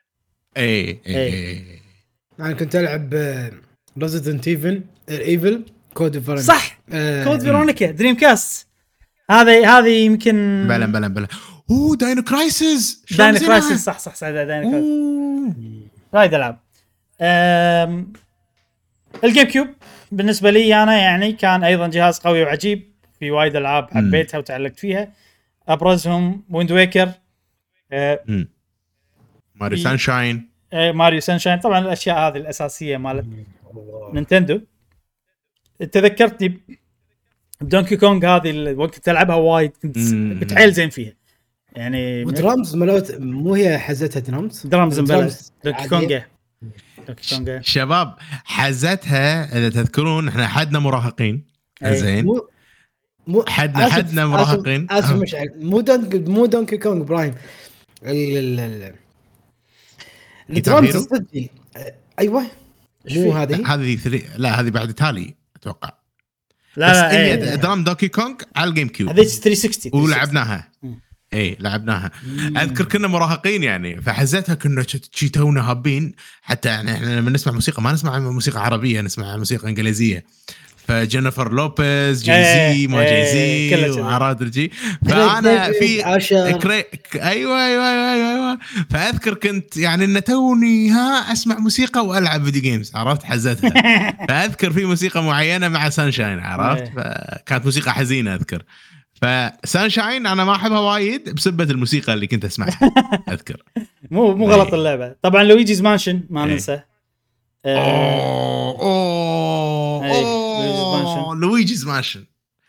Speaker 2: اي انا كنت العب ريزيدنت ايفل كود فيرونيكا.
Speaker 1: صح كود فيرونيكا دريم كاست. هذه يمكن
Speaker 3: بلا داينو كرايسيس.
Speaker 1: صح داينو كرايسيس وايد العاب. الجيم كيوب بالنسبه لي انا يعني كان ايضا جهاز قوي وعجيب. في وايد العاب حبيتها وتعلقت فيها. ابرزهم ويند ويكر ماريو سانشاين طبعا الاشياء هذه الاساسيه مالت نينتندو. تذكرتني دونكي كونغ هذه الوقت تلعبها وايد كنت بتحيل زين فيها يعني.
Speaker 2: ودرامز مو هي حزتها درامز
Speaker 1: دونكي كونغ دوكي كونغ
Speaker 3: شباب حزتها اذا تذكرون احنا حدنا مراهقين زين حدنا مراهقين
Speaker 2: اسف مشعل مو دونكي كونغ برايم الدرامز الصدقي ايوه مو
Speaker 3: هذه لا هذه بعد تالي اتوقع
Speaker 1: لا
Speaker 3: هي درام دوكي كونغ على الجيم كيوب
Speaker 1: هذه 360
Speaker 3: ولعبناها لعبناها اذكر كنا مراهقين يعني فحزتها كنا شي تونا هابين حتى يعني احنا لما نسمع موسيقى ما نسمع موسيقى عربيه نسمع موسيقى انجليزيه فجينيفر لوبيز جيزي ما جيزي وعراد رجي فانا في ايوه فاذكر كنت يعني ان توني اسمع موسيقى والعب فيديو جيمز عرفت حزتها فاذكر في موسيقى معينه مع سانشاين عرفت فكانت موسيقى حزينه اذكر فسانشاين انا ما احبها وايد بسبه الموسيقى اللي كنت اسمعها اذكر
Speaker 1: مو غلط اللعبه طبعا لويجيز مانشن ما ننسى
Speaker 3: لويجيز مانشن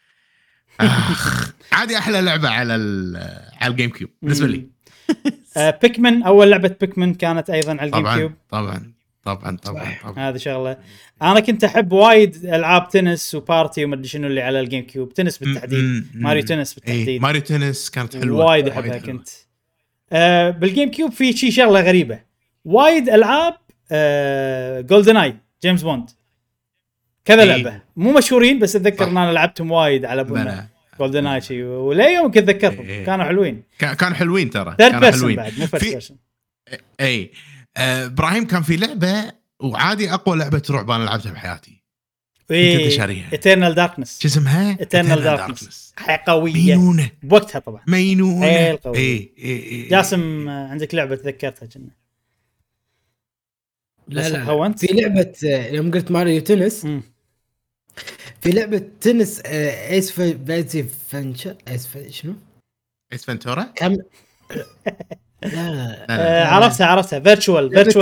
Speaker 3: عادي احلى لعبه على الجيم كيوب بالنسبه لي
Speaker 1: بيكمن اول لعبه بيكمن كانت ايضا على الجيم كيوب
Speaker 3: طبعا
Speaker 1: هذه شغله انا كنت احب وايد العاب تنس وبارتي وما ادري شنو اللي على الجيم كيوب تنس بالتحديد ماريو تنس بالتحديد
Speaker 3: ماريو تنس كانت حلوه
Speaker 1: وايد احبها كنت بالجيم كيوب في شيء شغله غريبه وايد العاب جولدن اي جيمس بوند كذا لعبه مو مشهورين بس اتذكر ان انا لعبتهم وايد على بنا جولدن اي شيء ولا يوم كنت اتذكرهم كانوا حلوين
Speaker 3: كانوا حلوين ترى
Speaker 1: كانوا حلوين بعد مو فيرست
Speaker 3: اي ابراهيم كان في لعبه وعادي اقوى لعبه رعب انا لعبتها بحياتي كنت شاريها
Speaker 1: Eternal Darkness
Speaker 3: شو اسمها
Speaker 1: Eternal Darkness قويه
Speaker 3: مينونه
Speaker 1: بوقتها طبعا
Speaker 3: مينونه
Speaker 1: اي جاسم عندك لعبه تذكرتها كنا
Speaker 2: لا في لعبه يوم قلت ماريو تنس في لعبه تنس ايس فانتي فانشر شنو
Speaker 3: ايس فنتورا
Speaker 2: كم
Speaker 1: لا عرفتها فيرتشوال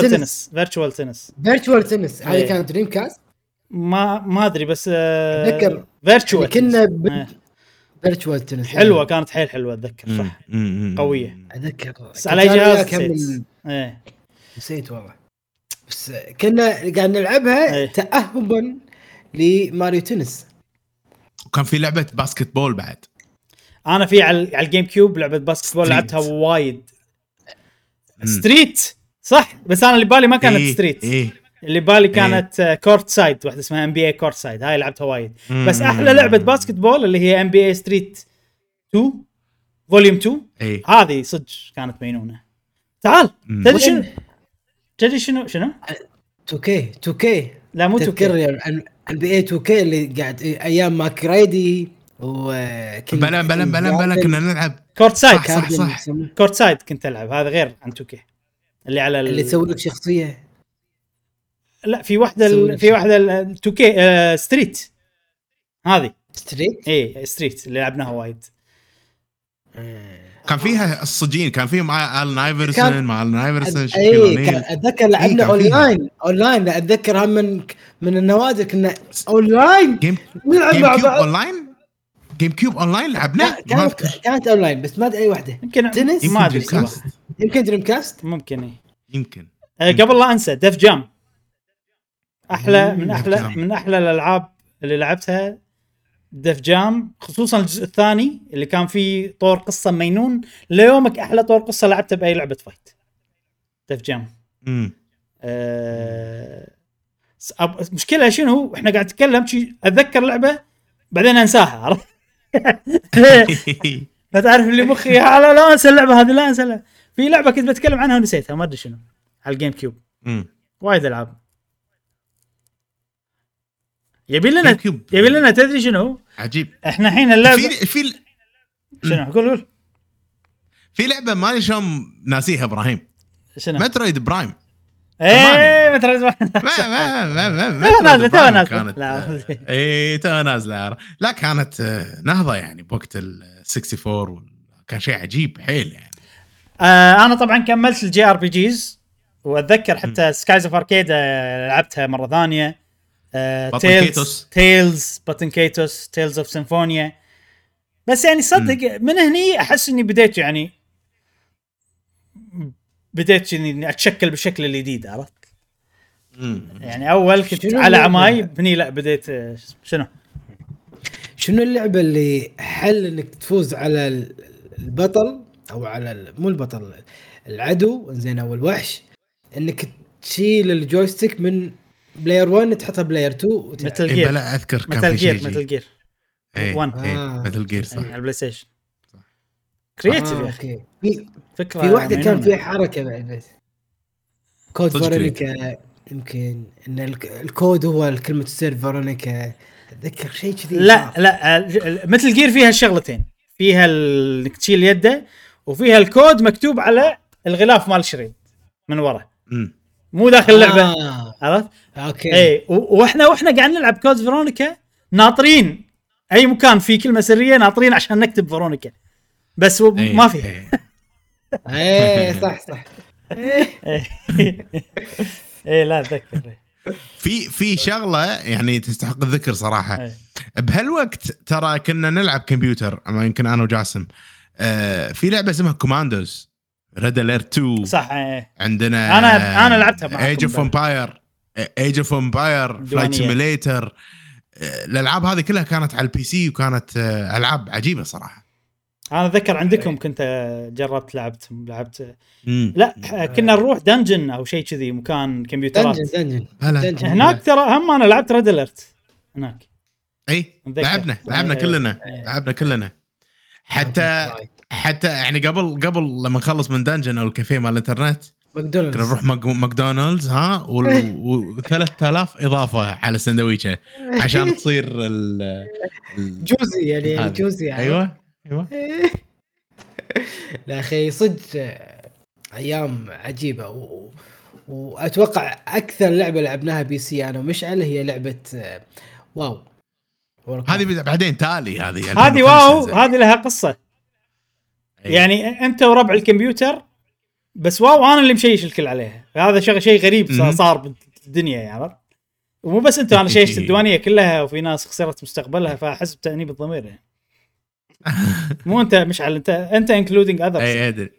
Speaker 1: تنس هذه كانت دريم كاست ما ادري بس
Speaker 2: اتذكر
Speaker 1: فيرتشوال
Speaker 2: كنا فيرتشوال تنس
Speaker 1: حلوه كانت حيل حلوه اتذكر صح قويه
Speaker 2: اتذكر
Speaker 1: بس على جهاز
Speaker 2: نسيت والله بس كنا قاعد نلعبها تأهبا لماريو تنس
Speaker 3: وكان في لعبه باسكت بول بعد
Speaker 1: انا في على الجيم كيوب لعبه باسكت بول لعبتها وايد ستريت صح بس انا اللي بالي ما كانت ستريت اللي بالي كانت كورت سايد واحده اسمها ام بي اي كورت سايد هاي لعبتها وايد بس احلى لعبه باسكت بول اللي هي ام بي اي ستريت 2 فوليوم 2 هذه صدق كانت مينونه تعال تدري شنو
Speaker 2: 2K
Speaker 1: لا مو 2K
Speaker 2: ام بي اي 2K اللي قاعد ايام ماك رايدي
Speaker 3: بلا كنا نلعب
Speaker 1: كورت سايد
Speaker 3: صح
Speaker 1: كورت سايد كنت العب هذا غير عن 2K اللي على
Speaker 2: اللي تسوي لك شخصيه
Speaker 1: لا في واحده 2K ستريت هذه
Speaker 2: ستريت
Speaker 1: ستريت اللي لعبناها وايد
Speaker 3: كان فيها الصجين كان فيهم مع النايفرسون
Speaker 2: اتذكر لعبنا اونلاين اتذكر هم من النوادر كنا اونلاين
Speaker 3: نلعب مع بعض جيم كيوب اونلاين لعبنا
Speaker 2: كانت اونلاين بس ما ادري اي واحده
Speaker 1: يمكن
Speaker 2: تنس
Speaker 1: ما ادري
Speaker 2: يمكن دريم كاست
Speaker 1: ممكن
Speaker 3: يمكن
Speaker 1: قبل لا انسى ديف جام احلى من احلى الالعاب اللي لعبتها ديف جام خصوصا الجزء الثاني اللي كان فيه طور قصه مينون ليومك احلى طور قصه لعبته باي لعبه فايت ديف جام مشكله شنو احنا قاعد نتكلم اتذكر لعبه بعدين انساها ما تعرف اللي مخي لا انسى اللعبه هذه لا انسى في لعبه كنت بتكلم عنها ونسيتها ما ادري شنو على الجيم كيوب وايد العاب يبي لنا تدري شنو
Speaker 3: عجيب
Speaker 1: احنا الحين اللعبه شنو قول
Speaker 3: في لعبه مالي شلون ناسيها ابراهيم
Speaker 1: شنو
Speaker 3: مترويد برايم
Speaker 1: مترويد
Speaker 3: برايم كانت نازله لا كانت نهضه يعني بوقت ال 64 كان شيء عجيب حيل يعني
Speaker 1: انا طبعا كملت الجي ار بي جيز واتذكر حتى سكايز اوف اركيد لعبتها مره ثانيه تيلز اوف سيمفونيا بس يعني صدق من هني احس اني بديت اني اتشكل بالشكل الجديد عرفت يعني اول كنت على عماي بني لا بديت
Speaker 2: شنو اللعبه اللي حل انك تفوز على البطل او على مو البطل العدو زين او الوحش انك تشيل الجويستيك من بلاير 1 تحطها بلاير 2
Speaker 1: مثل جير
Speaker 3: بلا اذكر كان في شيء
Speaker 1: مثل جير 1
Speaker 3: مثل جير صح
Speaker 1: على البلاي ستيشن كرييتيف يا
Speaker 2: اخي
Speaker 1: فكره
Speaker 2: في واحده كان فيها حركه بعد كود فيرونيكا يمكن ان الكود هو كلمه سير فيرونيكا اتذكر شيء كذي
Speaker 1: لا مثل جير فيها الشغلتين فيها انك تشيل يده وفيها الكود مكتوب على الغلاف مال الشريط من ورا مو داخل اللعبه عرفت
Speaker 2: اوكي
Speaker 1: اي واحنا قاعد نلعب كود فيرونيكا ناطرين اي مكان في كلمه سريه ناطرين عشان نكتب فيرونيكا بس ما في
Speaker 2: ايه صح
Speaker 1: ايه لا اتذكر
Speaker 3: في شغله يعني تستحق الذكر صراحه بهالوقت ترى كنا نلعب كمبيوتر اما يمكن انا وجاسم في لعبه اسمها كوماندوز ريد اليرت 2
Speaker 1: صح
Speaker 3: عندنا
Speaker 1: انا لعبتها معكم
Speaker 3: ايج اوف امباير فلايت سيميليتر الالعاب هذه كلها كانت على البي سي وكانت العاب عجيبه صراحه.
Speaker 1: انا اتذكر عندكم كنت جربت لعبت لا كنا نروح دنجن او شيء كذي مكان كمبيوترات
Speaker 2: دنجن
Speaker 1: هناك ترى هم انا لعبت ريد اليرت هناك
Speaker 3: اي لعبنا كلنا حتى يعني قبل لما نخلص من دنجن او الكافيه مال الانترنت كنا نروح ماكدونالدز و3000 اضافه على السندويشه عشان تصير
Speaker 2: الجوزي يعني الجوزي
Speaker 3: ايوه
Speaker 2: لا اخي صدق ايام عجيبه واتوقع اكثر لعبه لعبناها بي سي انا ومشعل هي لعبه واو
Speaker 3: هذه بعدين تالي
Speaker 1: هذه واو هذه لها قصه يعني انت وربع الكمبيوتر بس واو انا اللي مشيش الكل عليها هذا شيء غريب صار بالدنيا يعني ومو بس انت انا شيشت الديوانيه كلها وفي ناس خسرت مستقبلها فاحس بتأنيب الضمير يعني. مو انت مشعل انت انكلودينج اذرز
Speaker 3: اي ادري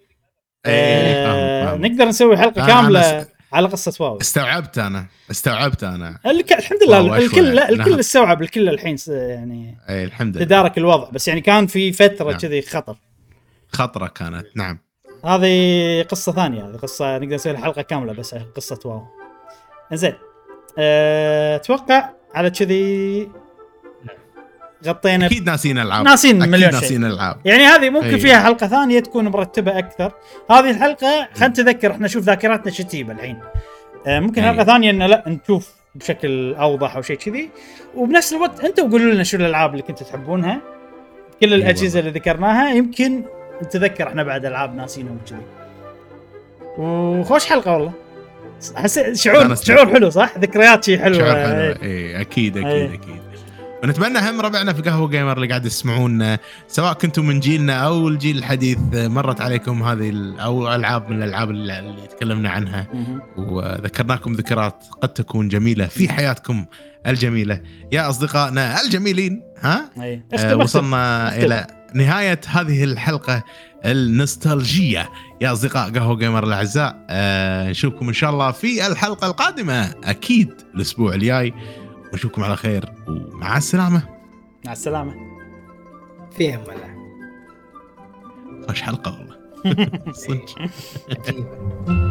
Speaker 1: نقدر نسوي حلقه كامله على قصه واو.
Speaker 3: استوعبت انا
Speaker 1: الحمد لله الكل استوعب الكل الحين يعني
Speaker 3: الحمد لله
Speaker 1: تدارك الوضع بس يعني كان في فتره كذي
Speaker 3: خطره كانت نعم.
Speaker 1: هذه قصه ثانيه هذه قصه نقدر نسوي حلقه كامله بس قصه واو. زين اتوقع على كذي غطينا
Speaker 3: اكيد ناسين
Speaker 1: مليون شيء يعني هذه ممكن فيها حلقه ثانيه تكون مرتبه اكثر. هذه الحلقه خلينا نتذكر احنا نشوف ذاكرتنا شتيبه الحين ممكن حلقه ثانيه ان لا نشوف بشكل اوضح او شيء كذي وبنفس الوقت انتوا قولوا لنا شو الالعاب اللي كنتوا تحبونها كل الاجهزه اللي ذكرناها يمكن نتذكر احنا بعد العاب ناسينهم كذي. وخوش حلقه والله شعور حلو صح ذكريات شيء حلو
Speaker 3: اي اكيد ونتمنى هم ربعنا في قهوة جيمر اللي قاعد يسمعونا سواء كنتم من جيلنا أو الجيل الحديث مرت عليكم هذه أو ألعاب من الألعاب اللي تكلمنا عنها وذكرناكم ذكرات قد تكون جميلة في حياتكم الجميلة يا أصدقائنا الجميلين. وصلنا إلى نهاية هذه الحلقة النوستالجية يا أصدقاء قهوة جيمر الأعزاء. نشوفكم إن شاء الله في الحلقة القادمة أكيد الأسبوع الجاي ونشوفكم على خير ومع السلامة.
Speaker 1: مع السلامة.
Speaker 2: فيهم ولا
Speaker 3: خوش حلقة والله. صدق.